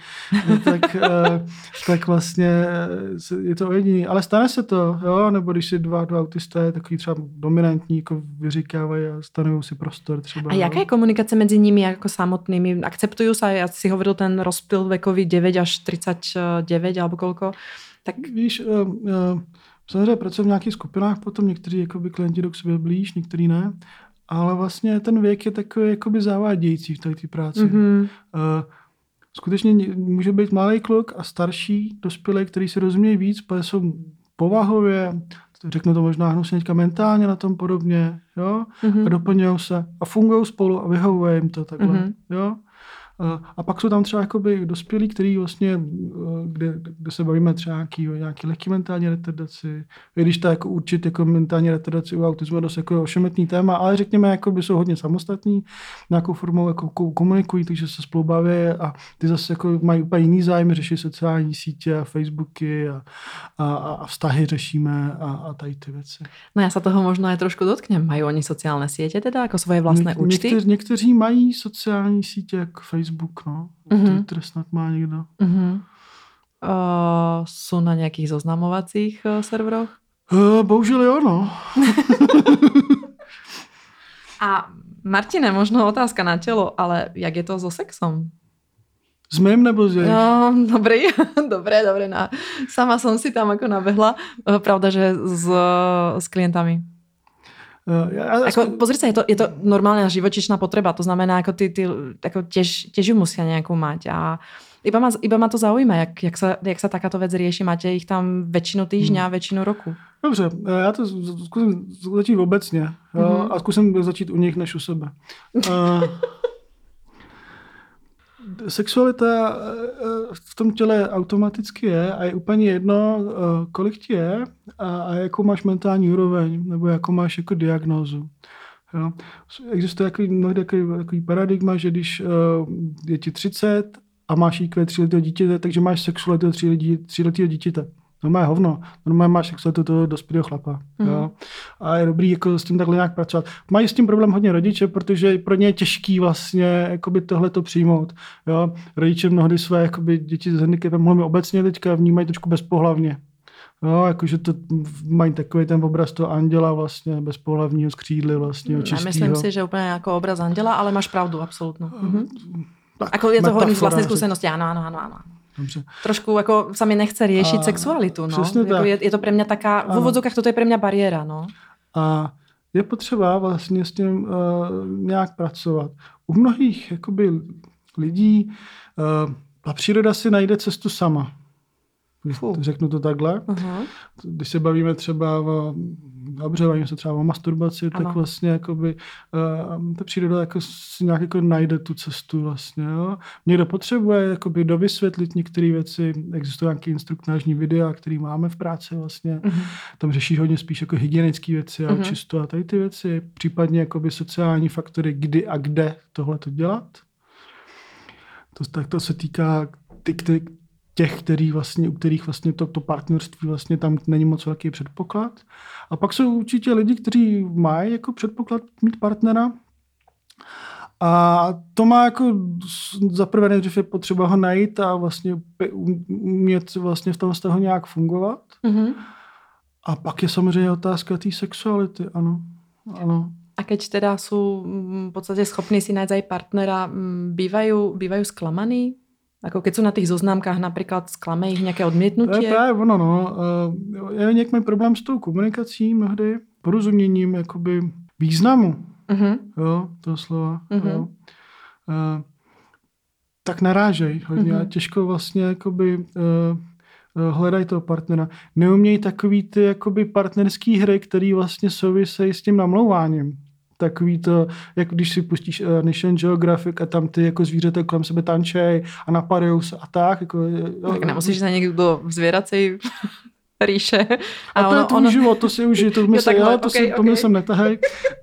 tak vlastně je to ojediný. Ale stane se to, jo, nebo když si dva autisté takový třeba dominantní, jako vyříkávají a stanují si prostor třeba. A jaká je komunikace mezi nimi jako samotnými? Akceptujú sa, ja si hovoril ten rozptyl vekový 9 až 39 alebo koľko? Tak víš, samozřejmě pracuji v nějakých skupinách, potom někteří jakoby klienti jdou k sobě blíž, někteří ne. Ale vlastně ten věk je takový jakoby závádějící v té práci. Mm-hmm. Skutečně může být malý kluk a starší dospělý, který se rozumějí víc, protože jsou povahově, řeknu to možná hnusně teďka mentálně na tom podobně, jo? Mm-hmm. A doplňují se a fungují spolu a vyhovuje jim to takhle, jo? A pak jsou tam třeba jakoby dospělí, který vlastně, kde se bavíme třeba nějaký lehký mentální retardaci, i když to jako určit jako mentální retardaci u autismu je dost jako ošemetný téma, ale řekněme, jakoby jsou hodně samostatní, nějakou formou jako komunikují, takže se spolu baví a ty zase jako mají úplně jiný zájem, řeší sociální sítě a Facebooky a vztahy řešíme a tady ty věci. No já se toho možno aj trošku dotknem. Mají oni sociální sítě teda jako svoje vlastné účty? Někteří mají sociální sítě jako Facebook, no. Twitter snad má někdo. Jsou na nějakých zoznamovacích serveroch? Bohužel jo, no. A Martine, možno otázka na tělo, ale jak je to so sexom? S mým nebo s jejich? No, dobré. No. Sama som si tam ako nabehla. Pravda, že s klientami. Pozri sa, je to normálna živočišná potreba, to znamená, ako ty ako tiež ju musia nejakú mať a iba ma to zaujíma, jak sa takáto vec rieši, máte ich tam väčšinu týždňa, väčšinu roku. Dobře, já to zkusím začít obecně a zkusím začít u nich než u sebe. Sexualita v tom těle automaticky je a je úplně jedno, kolik ti je a jakou máš mentální úroveň nebo jakou máš jako diagnózu. Jo. Existuje takový paradigma, že když je ti 30 a máš IQ 3letého dítěte, takže máš sexualitu 3letého dítěte. Normálně hovno. Normálně máš sexualitu toho dospělého chlapa. Jo. A je dobrý jako s tím takhle nějak pracovat. Mají s tím problém hodně rodiče, protože pro ně je těžký vlastně jakoby tohleto přijmout. Jo. Rodiče mnohdy své jakoby, děti s handicapem mluvím obecně teďka vnímají trošku bezpohlavně. Jo, jakože to mají takový ten obraz toho anděla vlastně, bezpohlavního skřídly vlastně, čistýho. Nemyslím si, že úplně jako obraz anděla, ale máš pravdu, absolutně. Ako je to hodně z vlastní zkušenosti, ano. Dobře. Trošku jako sa mi nechce riešiť sexualitu. No. Jako je to pre mňa taká, v úvodzovkách toto je pre mňa bariéra. No. A je potřeba vlastně s tím nějak pracovat. U mnohých jakoby, lidí ta příroda si najde cestu sama. Řeknu to takhle. Když se bavíme třeba bavíme se třeba o masturbaci, ano. Tak vlastně jakoby, ta příroda jako si nějak jako najde tu cestu vlastně. Jo. Někdo potřebuje jakoby dovysvětlit některé věci, existují nějaké instruktážní videa, které máme v práci vlastně. Tam řešíš hodně spíš jako hygienické věci a čisto a tady ty věci, případně jakoby sociální faktory, kdy a kde tohle to dělat. To se týká těch, u kterých vlastně to partnerství vlastně tam není moc velký předpoklad. A pak jsou určitě lidi, kteří mají jako předpoklad mít partnera. A to má jako zaprvé nejdřív je potřeba ho najít a vlastně umět vlastně v tom vztahu nějak fungovat. A pak je samozřejmě otázka té sexuality, ano. A keď teda sú v podstate schopní si nájsť aj partnera, bývajú sklamaní? Ako keď sú na tých zoznámkách napríklad sklame ich nejaké odmietnutie? To je právě ono, no. Je nějaký problém s tou komunikací mnohdy, porozuměním jakoby významu jo, toho slova. Jo. Tak narážej hodně a těžko vlastně jakoby hledají toho partnera. Neumějí takový ty jakoby partnerský hry, který vlastně souvisejí s tím namlouváním. Takový to, jako když si pustíš National Geographic a tam ty jako zvířata kolem sebe tančej a napadajou se a tak. Jako, tak nemusíš na někdo v zvěracej rýše. A to je tvůj život, to si užij, to mě sem netahej.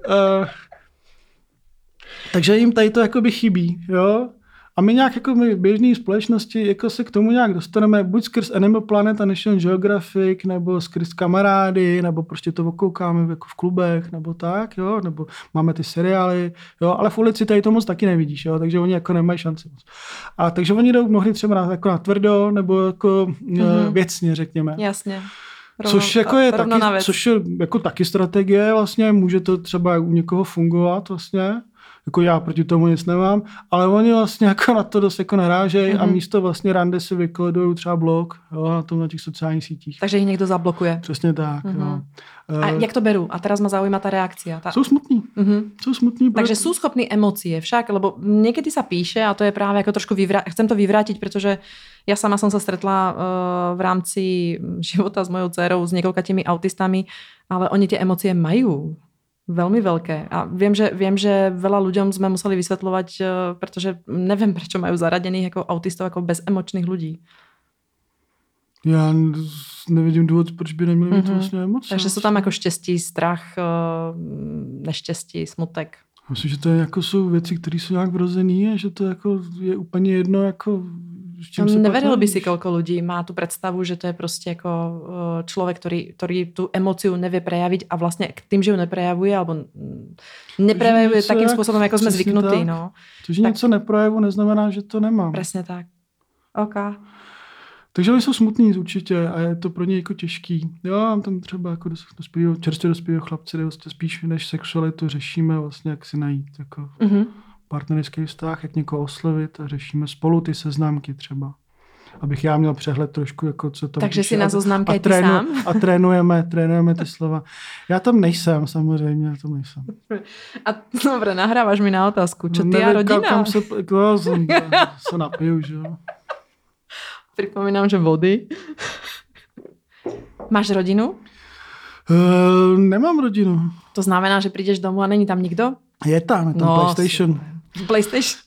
Takže jim tady to jakoby chybí, jo. A my nějak jako my běžné společnosti jako se k tomu nějak dostaneme buď skrz Animal Planet a National Geographic, nebo skrz kamarády, nebo prostě to okoukáme jako v klubech, nebo tak, jo, nebo máme ty seriály, jo, ale v ulici tady to moc taky nevidíš, jo, takže oni jako nemají šanci moc. A takže oni jdou mnohdy třeba jako na tvrdo, nebo jako věcně, řekněme. Jasně. Což je jako taky strategie, vlastně může to třeba u někoho fungovat vlastně. Jako já proti tomu nic nemám, ale oni vlastně jako na to dost jako narážejí a místo vlastně rande si vykladují třeba blog, jo, na těch sociálních sítích. Takže jich někdo zablokuje. Přesně tak. Jo. A jak to berú? A teraz ma zaujíma tá reakcia. Jsou smutní. Jsou smutní. Takže sú schopní emócie však, lebo niekedy sa píše a to je práve ako trošku chcem to vyvrátiť, pretože ja sama som sa stretla v rámci života s mojou dcerou s niekoľkatými autistami, ale oni tie emócie majú. Veľmi veľké. A viem, že veľa ľuďom sme museli vysvetľovať, pretože neviem, prečo majú zaradených ako autistov ako bezemočných ľudí. Já nevidím důvod, proč by neměli mít vlastně emoce. Takže jsou tam jako štěstí, strach, neštěstí, smutek. Myslím, že to je jako jsou věci, které jsou nějak vrozený a že to jako je úplně jedno, jako s čím se neveril by si, koľko ľudí má tu predstavu, že to je prostě jako člověk, ktorý tu emociu nevie prejaviť a vlastně tým, že ju neprejavuje alebo neprejavuje takým způsobem, jako jsme zvyknutí. No. To, že něco neprojevu, neznamená, že to nemám. Přesně tak. OK. Takže oni jsou smutní určitě a je to pro ně jako těžký. Jo, mám tam třeba jako čerstvě dospělého chlapce, kde vlastně spíš než sexualitu řešíme vlastně, jak si najít jako partnerský vztah, jak někoho oslovit a řešíme spolu ty seznamky třeba. Abych já měl přehled trošku, jako co tam Takže píše. si na zoznamky ty sám? A trénujeme ty slova. Já tam nejsem, samozřejmě, A dobre, nahrávaš mi na otázku. Čo ty a rodina? Kam se napiju, že jo. Pripomínam, že vody. Máš rodinu? Nemám rodinu. To znamená, že prídeš domů a není tam nikdo? Je tam PlayStation. PlayStation.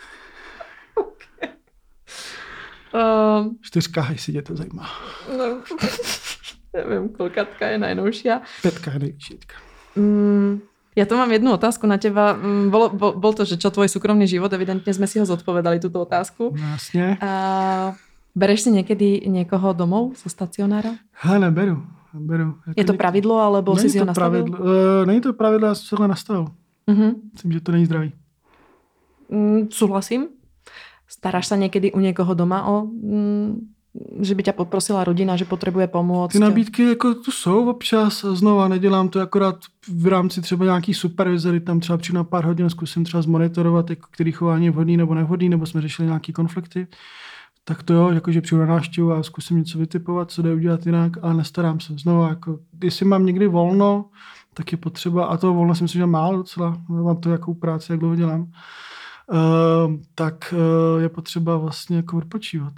4K, jestli tě to zajímá. No, nevím, kolkatka je najnovší. 5 je nejvyšší. Ja tu mám jednu otázku na teba. Bol to, že čo tvoj súkromný život? Evidentne sme si ho zodpovedali, túto otázku. No, jasně. Bereš si niekedy niekoho domov zo stacionára? Neberu. Jako je to pravidlo, alebo si ho nastavil? Není to pravidlo, já jsem se nastavil. Myslím, že to není zdravý. Súhlasím. Staráš sa niekedy u niekoho doma o... že by ťa poprosila rodina, že potřebuje pomoc? Ty nabídky jako tu jsou občas. Znova nedělám to akorát v rámci třeba nějaký supervizory, tam třeba přijdu na pár hodin, zkusím třeba zmonitorovat, jako který chování je vhodný nebo nevhodný, nebo jsme řešili nějaký konflikty. Tak to jo, jakože přijdu na návštěvu a zkusím něco vytipovat, co jde udělat jinak, ale nestarám se. Znova, jako, jestli mám někdy volno, tak je potřeba, a to volno si myslím, že málo docela, mám to jakou práci, jak dlouho dělám, tak je potřeba vlastně jako odpočívat.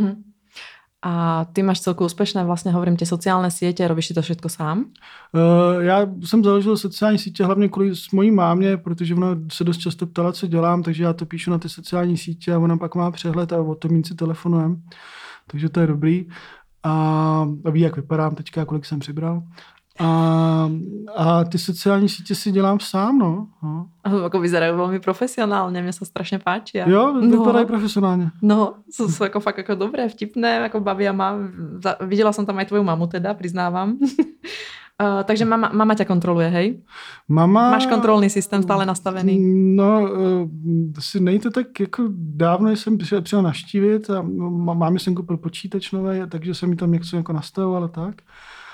A ty máš celku úspešné, vlastně hovorím tie sociálne siete, robíš si to všetko sám? Já jsem založil sociální sítě hlavně kvůli mojí mámě, protože ona se dost často ptala, co dělám, takže já to píšu na ty sociální sítě a ona pak má přehled a o tom si telefonujem. Takže to je dobrý. A ví, jak vypadám teďka, kolik jsem přibral. A ty sociální sítě si dělám sám, no. Ako vyzerajú veľmi profesionálne, mne sa strašne páči. Jo, vypadají profesionálně. No, sú ako fakt ako dobré, vtipné, ako bavia ma. Videla som tam aj tvoju mamu teda, priznávam. Takže mama ťa kontroluje, hej? Máš kontrolní systém stále nastavený? No, není to tak, jako dávno jsem přijel navštívit a mámě jsem koupil počítač nový, takže jsem mi tam něco jako nastavoval a tak.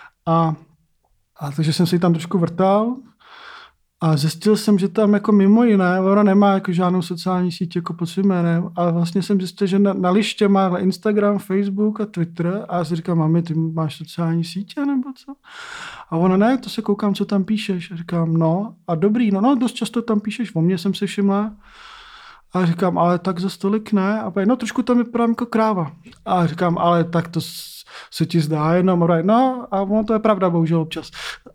A takže jsem se ji tam trošku vrtal a zjistil jsem, že tam jako mimo jiné, ona nemá jako žádnou sociální síť jako pod svým jménem, ale vlastně jsem zjistil, že na liště má Instagram, Facebook a Twitter a já si říkám, mami, ty máš sociální sítě nebo co? A ona, ne, to se koukám, co tam píšeš. A říkám, no a dobrý, no dost často tam píšeš, o mně jsem si všimla. A říkám, ale tak za stolik ne. A no trošku tam vypadám jako kráva. A říkám, ale tak to se ti zdá jenom. No a ono to je pravda, bohužel občas.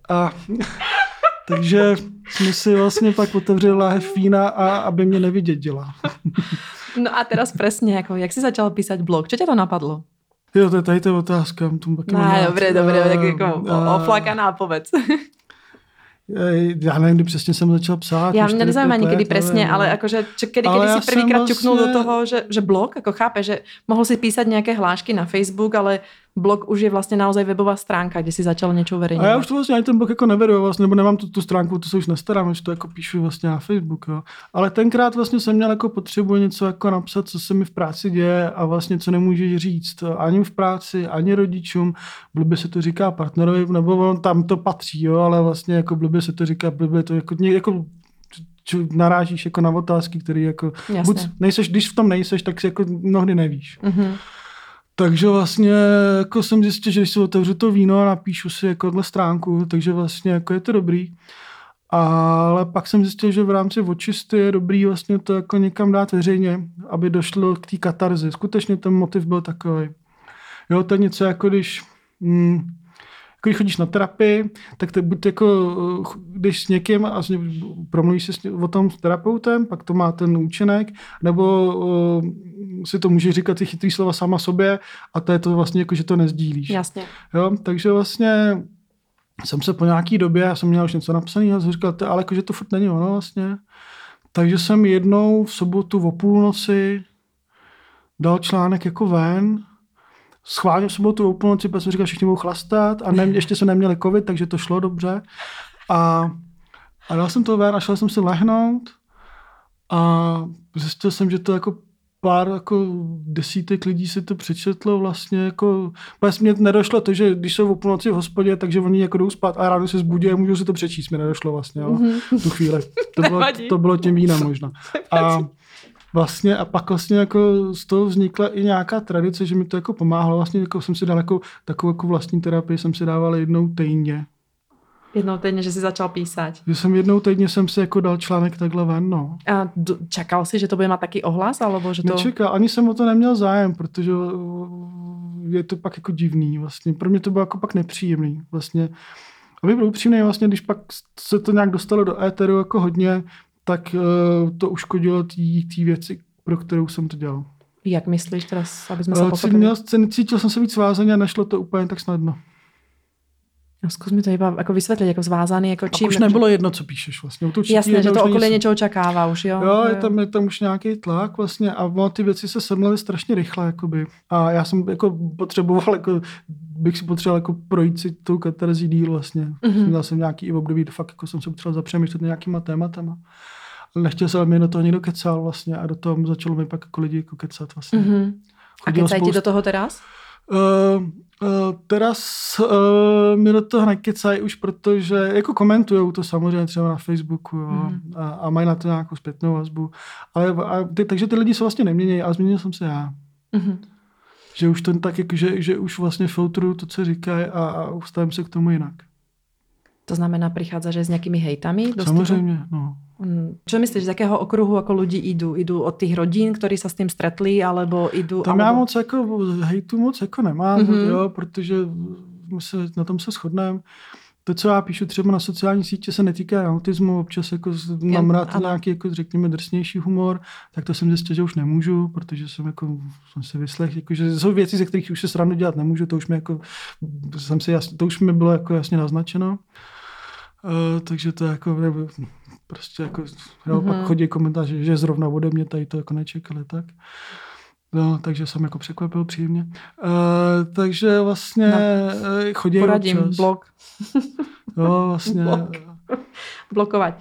Takže jsme si vlastně pak otevřeli láhev vína, aby mě nevydědila. No a teraz presne, jako, jak si začal písať blog? Čo ťa to napadlo? Jo, to je tady ta otázka. Dobré, tak jako oflakaná, povedz. Já nevím, kdy přesně jsem začal psát. Mě nezajímá nikdy přesně, ale jakože, kedy si prvýkrát ťuknul do toho, že blog, jako chápe, že mohl si písať nějaké hlášky na Facebook, ale blog už je vlastně naozaj webová stránka, kde si začal něco uveřejňovat. A já už to vlastně ani ten blog jako nevedu, vlastně, nebo nemám tu stránku, to se už nestarám, už to jako píšu vlastně na Facebook. Jo. Ale tenkrát vlastně jsem měl jako potřebu něco jako napsat, co se mi v práci děje a vlastně co nemůžeš říct ani v práci, ani rodičům. Blbě se to říká partnerovi, nebo tam to patří, jo, ale vlastně jako blbě se to říká, blbě to jako narážíš jako na otázky, které jako buď nejseš, když v tom nejseš, tak si jako mnohdy nevíš. Mm-hmm. Takže vlastně jako jsem zjistil, že když si otevřu to víno a napíšu si jako stránku, takže vlastně jako je to dobrý. Ale pak jsem zjistil, že v rámci očisty je dobrý vlastně to jako někam dát veřejně, aby došlo k té katarzi. Skutečně ten motiv byl takový. Jo, to je něco jako když když chodíš na terapii, tak to buď jako, když s někým a promluvíš si o tom s terapeutem, pak to má ten účinek, nebo si to můžeš říkat ty chytrý slova sama sobě a to je to vlastně jako, že to nezdílíš. Jasně. Jo, takže vlastně jsem se po nějaký době, já jsem měl už něco napsaného, jsem říkal, ale jako, že to furt není ono vlastně. Takže jsem jednou v sobotu o půlnoci dal článek jako ven, schválně v sobotu o půlnoci, protože jsem říkal, všichni budou chlastat a ještě se neměli covid, takže to šlo dobře. A dal jsem to ven a šel jsem si lehnout a zjistil jsem, že to jako pár jako desítek lidí si to přečetlo vlastně jako, protože mě nedošlo to, že když jsou o půlnoci v hospodě, takže oni jako jdou spát a ráno se zbudí a můžou si to přečíst, mi nedošlo vlastně, jo, tu chvíli. To bylo tím vínem možná. A vlastně a pak vlastně jako z toho vznikla i nějaká tradice, že mi to jako pomáhalo. Vlastně jako jsem si dal jako takovou jako vlastní terapii, jsem si dával jednou týdně. Jednou týdně, že jsi začal písať. Že jsem jednou týdně jsem si jako dal článek takhle ven, no. A čakal si, že to bude mít taký ohlas, alebo že to... Nečekal, ani jsem o to neměl zájem, protože je to pak jako divný vlastně. Pro mě to bylo jako pak nepříjemný vlastně. Aby byl upřímný vlastně, když pak se to nějak dostalo do éteru jako hodně, tak to uškodilo té věci, pro kterou jsem to dělal. Jak myslíš teraz, aby jsme se pochopili? Cítil jsem se víc vázaný a nešlo to úplně tak snadno. No, zkus mi to iba jako vysvětlit, jako zvázaný, jako čím. A už nebylo jedno, co píšeš vlastně. Jasné, že to okolí něco očekává už, jo? Jo, je tam už nějaký tlak vlastně a ty věci se semlely strašně rychle, jakoby. A já jsem jako potřeboval, jako, bych si potřeboval jako projít si tou katarzí díl vlastně. Měl jsem nějaký i období, fakt jako jsem se potřeboval zapřemýšlet nějakýma tématama. Ale nechtěl jsem, aby mě do toho někdo kecal vlastně a do toho začalo mi pak jako lidi jako kecat vlastně. A kecají ti do toho teraz? Teraz mi do toho nekecají už, protože jako komentujou to samozřejmě třeba na Facebooku, jo, a mají na to nějakou zpětnou vazbu. Takže ty lidi se vlastně nemění, ale změnil jsem se já. Že už to tak, jako, že už vlastně filtruju to, co říkají a ustavím se k tomu jinak. To znamená, prichádzaš s nejakými hejtami? Samozřejmě, no. Čo myslíš, z jakého okruhu jako ľudí idú? Idú od tých rodín, ktorí sa s tým stretli, alebo idú... Tam já moc jako hejtu moc jako nemám, jo, protože na tom se shodneme. To, co já píšu třeba na sociální sítě, se netýká autismu, občas jako mám rád nějaký, jako řekněme, drsnější humor, tak to jsem zjistil, že už nemůžu, protože jsem se vyslech, jako, že jsou věci, ze kterých už se srandu dělat nemůžu, to už mi jako, to už mi bylo jako jasně naznačeno. Takže to jako prostě jako, jo, pak chodí komentáře, že zrovna ode mě tady to jako nečekali, tak. No, takže jsem jako překvapil příjemně. Takže vlastně chodí poradím, občas. blog. Jo, vlastně. Blokovať.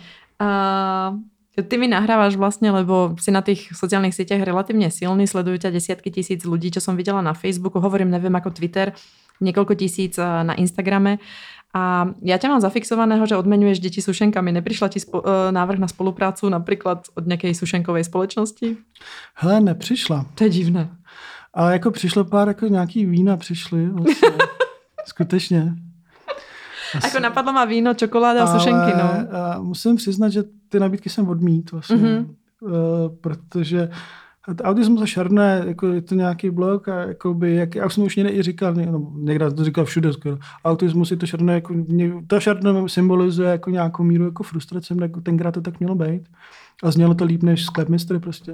Ty mi nahrávaš vlastne, lebo si na tých sociálnych sieťach relatívne silný, sledujú ťa desiatky tisíc ľudí, čo som videla na Facebooku, hovorím, neviem ako Twitter, niekoľko tisíc na Instagrame. A ja ťa mám zafixovaného, že odmenuješ deti sušenkami. Neprišla ti návrh na spoluprácu napríklad od nejakej sušenkovej společnosti? Hele, nepřišla. To je divné. Ale jako přišlo pár, jako nějaký vína přišly. Vlastně. Skutečně. Ako napadlo ma víno, čokoláda a sušenky, no. Musím přiznat, že ty nabídky jsem odmít vlastně. Protože autismus a šarné, jako je to nějaký blok a jakoby, já jsem už někde i říkal, někde to říkal všude skoro, autismus je to šarné, jako, to šarné symbolizuje jako nějakou míru jako frustrace, jako tenkrát to tak mělo být a znělo to líp než sklepmistry prostě.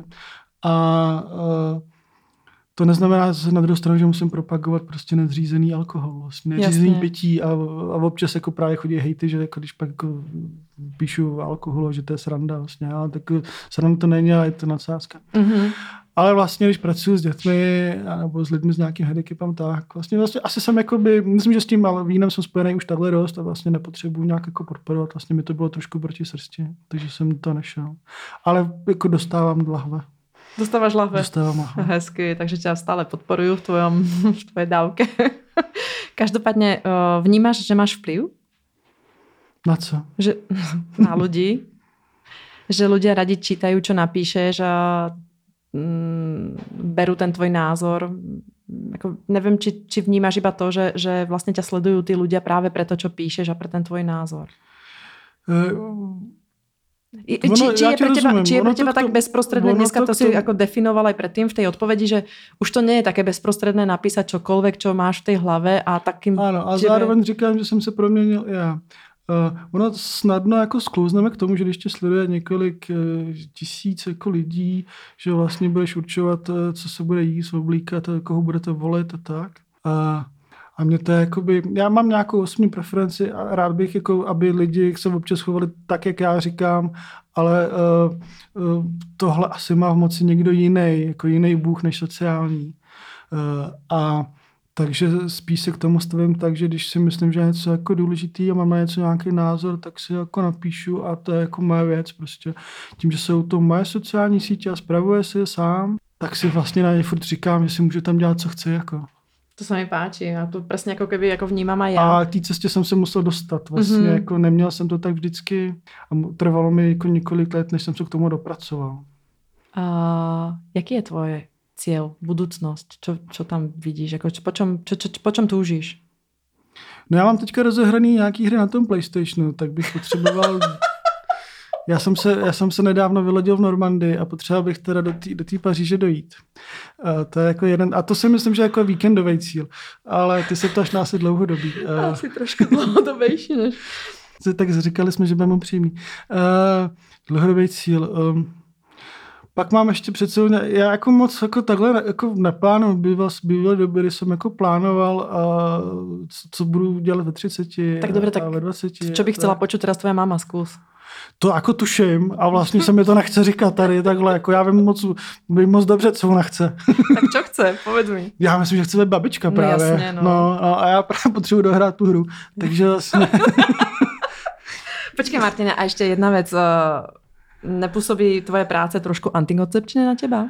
To neznamená na druhou stranu, že musím propagovat prostě nezřízený alkohol, vlastně nezřízený pití a občas jako právě chodí hejty, že jako když pak jako píšu o alkoholu, že to je sranda vlastně, ale tak sranda to není, ale je to nadsázka. Ale vlastně, když pracuji s dětmi nebo s lidmi s nějakým handicapem, tak vlastně asi jsem jakoby, myslím, že s tím vínem jsem spojený už takhle dost a vlastně nepotřebuji nějak jako podporovat, vlastně mi to bylo trošku proti srsti, takže jsem to nešel. Ale jako dostávám lahve. Dostávaš lahve? Dostávám lahve. Hezky, takže ťa stále podporujú v tvojej dávke. Každopádne vnímaš, že máš vplyv? Na co? Na ľudí. Že ľudia radi čítajú, čo napíšeš a berú ten tvoj názor. Ako, neviem, či vnímaš iba to, že vlastne ťa sledujú tí ľudia práve pre to, čo píšeš a pre ten tvoj názor. Či je pre teba tak bezprostredné, dneska to si ako definoval aj predtým v tej odpovedi, že už to nie je také bezprostredné napísať čokoľvek, čo máš v tej hlave a takým... Ano, a zároveň říkám, že jsem se proměnil já. Ono snadno jako sklouzneme k tomu, že když tě sleduje několik tisíc jako lidí, že vlastně budeš určovat, co se bude jíst, oblíkat, koho budete volit a tak. A mě to je jakoby, já mám nějakou osobní preferenci a rád bych, jako, aby lidi se občas chovali tak, jak já říkám, ale tohle asi má v moci někdo jiný, jako jiný bůh než sociální. A takže spíš se k tomu stavím tak, že když si myslím, že je něco jako důležitý a mám na něco nějaký názor, tak si jako napíšu a to je jako moje věc prostě. Tím, že jsou to moje sociální sítě a spravuje si je sám, tak si vlastně na ně furt říkám, že si můžu tam dělat, co chci, jako. To se mi páči a to přesně jako keby jako vnímám a já. A k té cestě jsem se musel dostat. Vlastně jako neměl jsem to tak vždycky a trvalo mi jako několik let, než jsem se k tomu dopracoval. Jaký je tvoje cieľ, budúcnosť? Čo tam vidíš? Jako, po čom túžiš? No já mám teďka rozehraný nějaký hry na tom PlayStationu, tak bych potřeboval... Já jsem se nedávno vyletěl v Normandii a potřeboval bych teda do té Paříže dojít. To je jako jeden, a to si myslím, že jako víkendový cíl, ale ty se ptáš na asi dlouhodobý. Asi trošku dlouhodobější než... Tak říkali jsme, že budeme upřímný. Dlouhodobý cíl. Pak mám ještě přece, já jako moc jako takhle jako neplánuju, bývaly doby, kdy jsem jako plánoval, co budu dělat ve 30 tak dobré, tak a ve 20. Čo by chcela počuť teraz tvoja mama, skús. To jako tuším a vlastně se mi to nechce říkat tady takhle, jako já vím moc dobře, co ona chce. Tak čo chce, povedz mi. Já myslím, že chce být babička právě. Jasně, no. No a já právě potřebuji dohrát tu hru, takže vlastně... Počkej Martina, a ještě jedna věc. Nepůsobí tvoje práce trošku antikoncepčně na těba?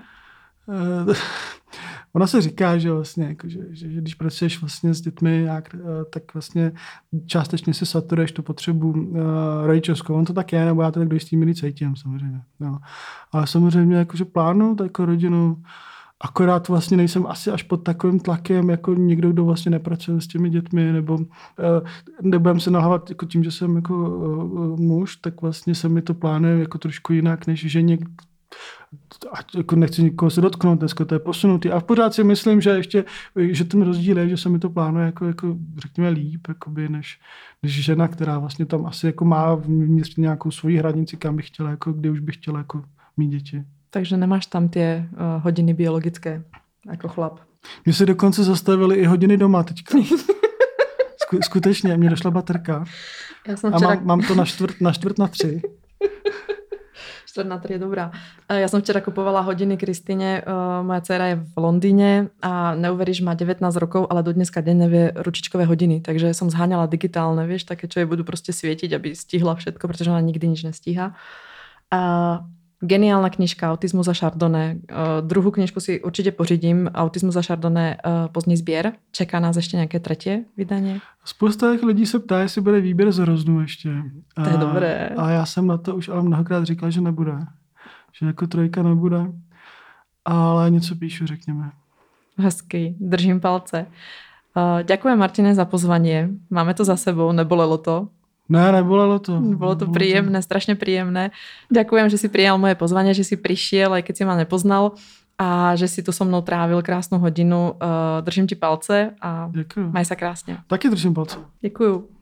Ona se říká, že vlastně, jako, že když pracuješ vlastně s dětmi, tak vlastně částečně si saturuješ tu potřebu rodičovskou. On to tak je, nebo já to tak do jistý míry cítím samozřejmě. No. Ale samozřejmě jakože plánuju jako rodinu, akorát vlastně nejsem asi až pod takovým tlakem, jako někdo, kdo vlastně nepracuje s těmi dětmi, nebo nebudem se nalhávat jako tím, že jsem jako muž, tak vlastně se mi to plánuje jako trošku jinak, než že jako nechci nikoho se dotknout, dneska to je posunutý. A pořád si myslím, že ještě, že ten rozdíl je, že se mi to plánuje jako řekněme líp, jakoby, než žena, která vlastně tam asi jako má vnitř nějakou svoji hranici, kam bych chtěla, jako, kdy už bych chtěla jako mít děti. Takže nemáš tam ty hodiny biologické jako chlap. Mě se dokonce zastavily i hodiny doma teďka. Skutečně, mě došla baterka. Mám to na čtvrt na 3. 4/3 je dobrá. Ja som včera kupovala hodiny Kristine. Moja dcera je v Londýne a neuveríš, má 19 rokov, ale do dneska deň nevie ručičkové hodiny. Takže som zháňala digitálne, vieš, také, čo jej budú proste svietiť, aby stihla všetko, pretože ona nikdy nič nestíha. Geniálna knižka Autismus a Chardonnay. Druhú knižku si určite pořídím. Autismus a Chardonnay pozdní sběr. Čeká nás ještě nějaké třetí vydání? Spousta lidí se ptá, jestli bude výběr z Hroznu ještě. To je dobré. A já jsem na to už ale mnohokrát říkal, že nebude. Že jako 3 nebude. Ale něco píšu, řekněme. Hezký. Držím palce. Ďakujem, Martine, za pozvanie. Máme to za sebou, nebolelo to? Ne, nebolelo to. Bolo to príjemné, strašne príjemné. Ďakujem, že si prijal moje pozvanie, že si prišiel, aj keď si ma nepoznal a že si tu so mnou trávil krásnu hodinu. Držím ti palce a Děkuju. maj sa krásne. Taky držím palce. Děkuju.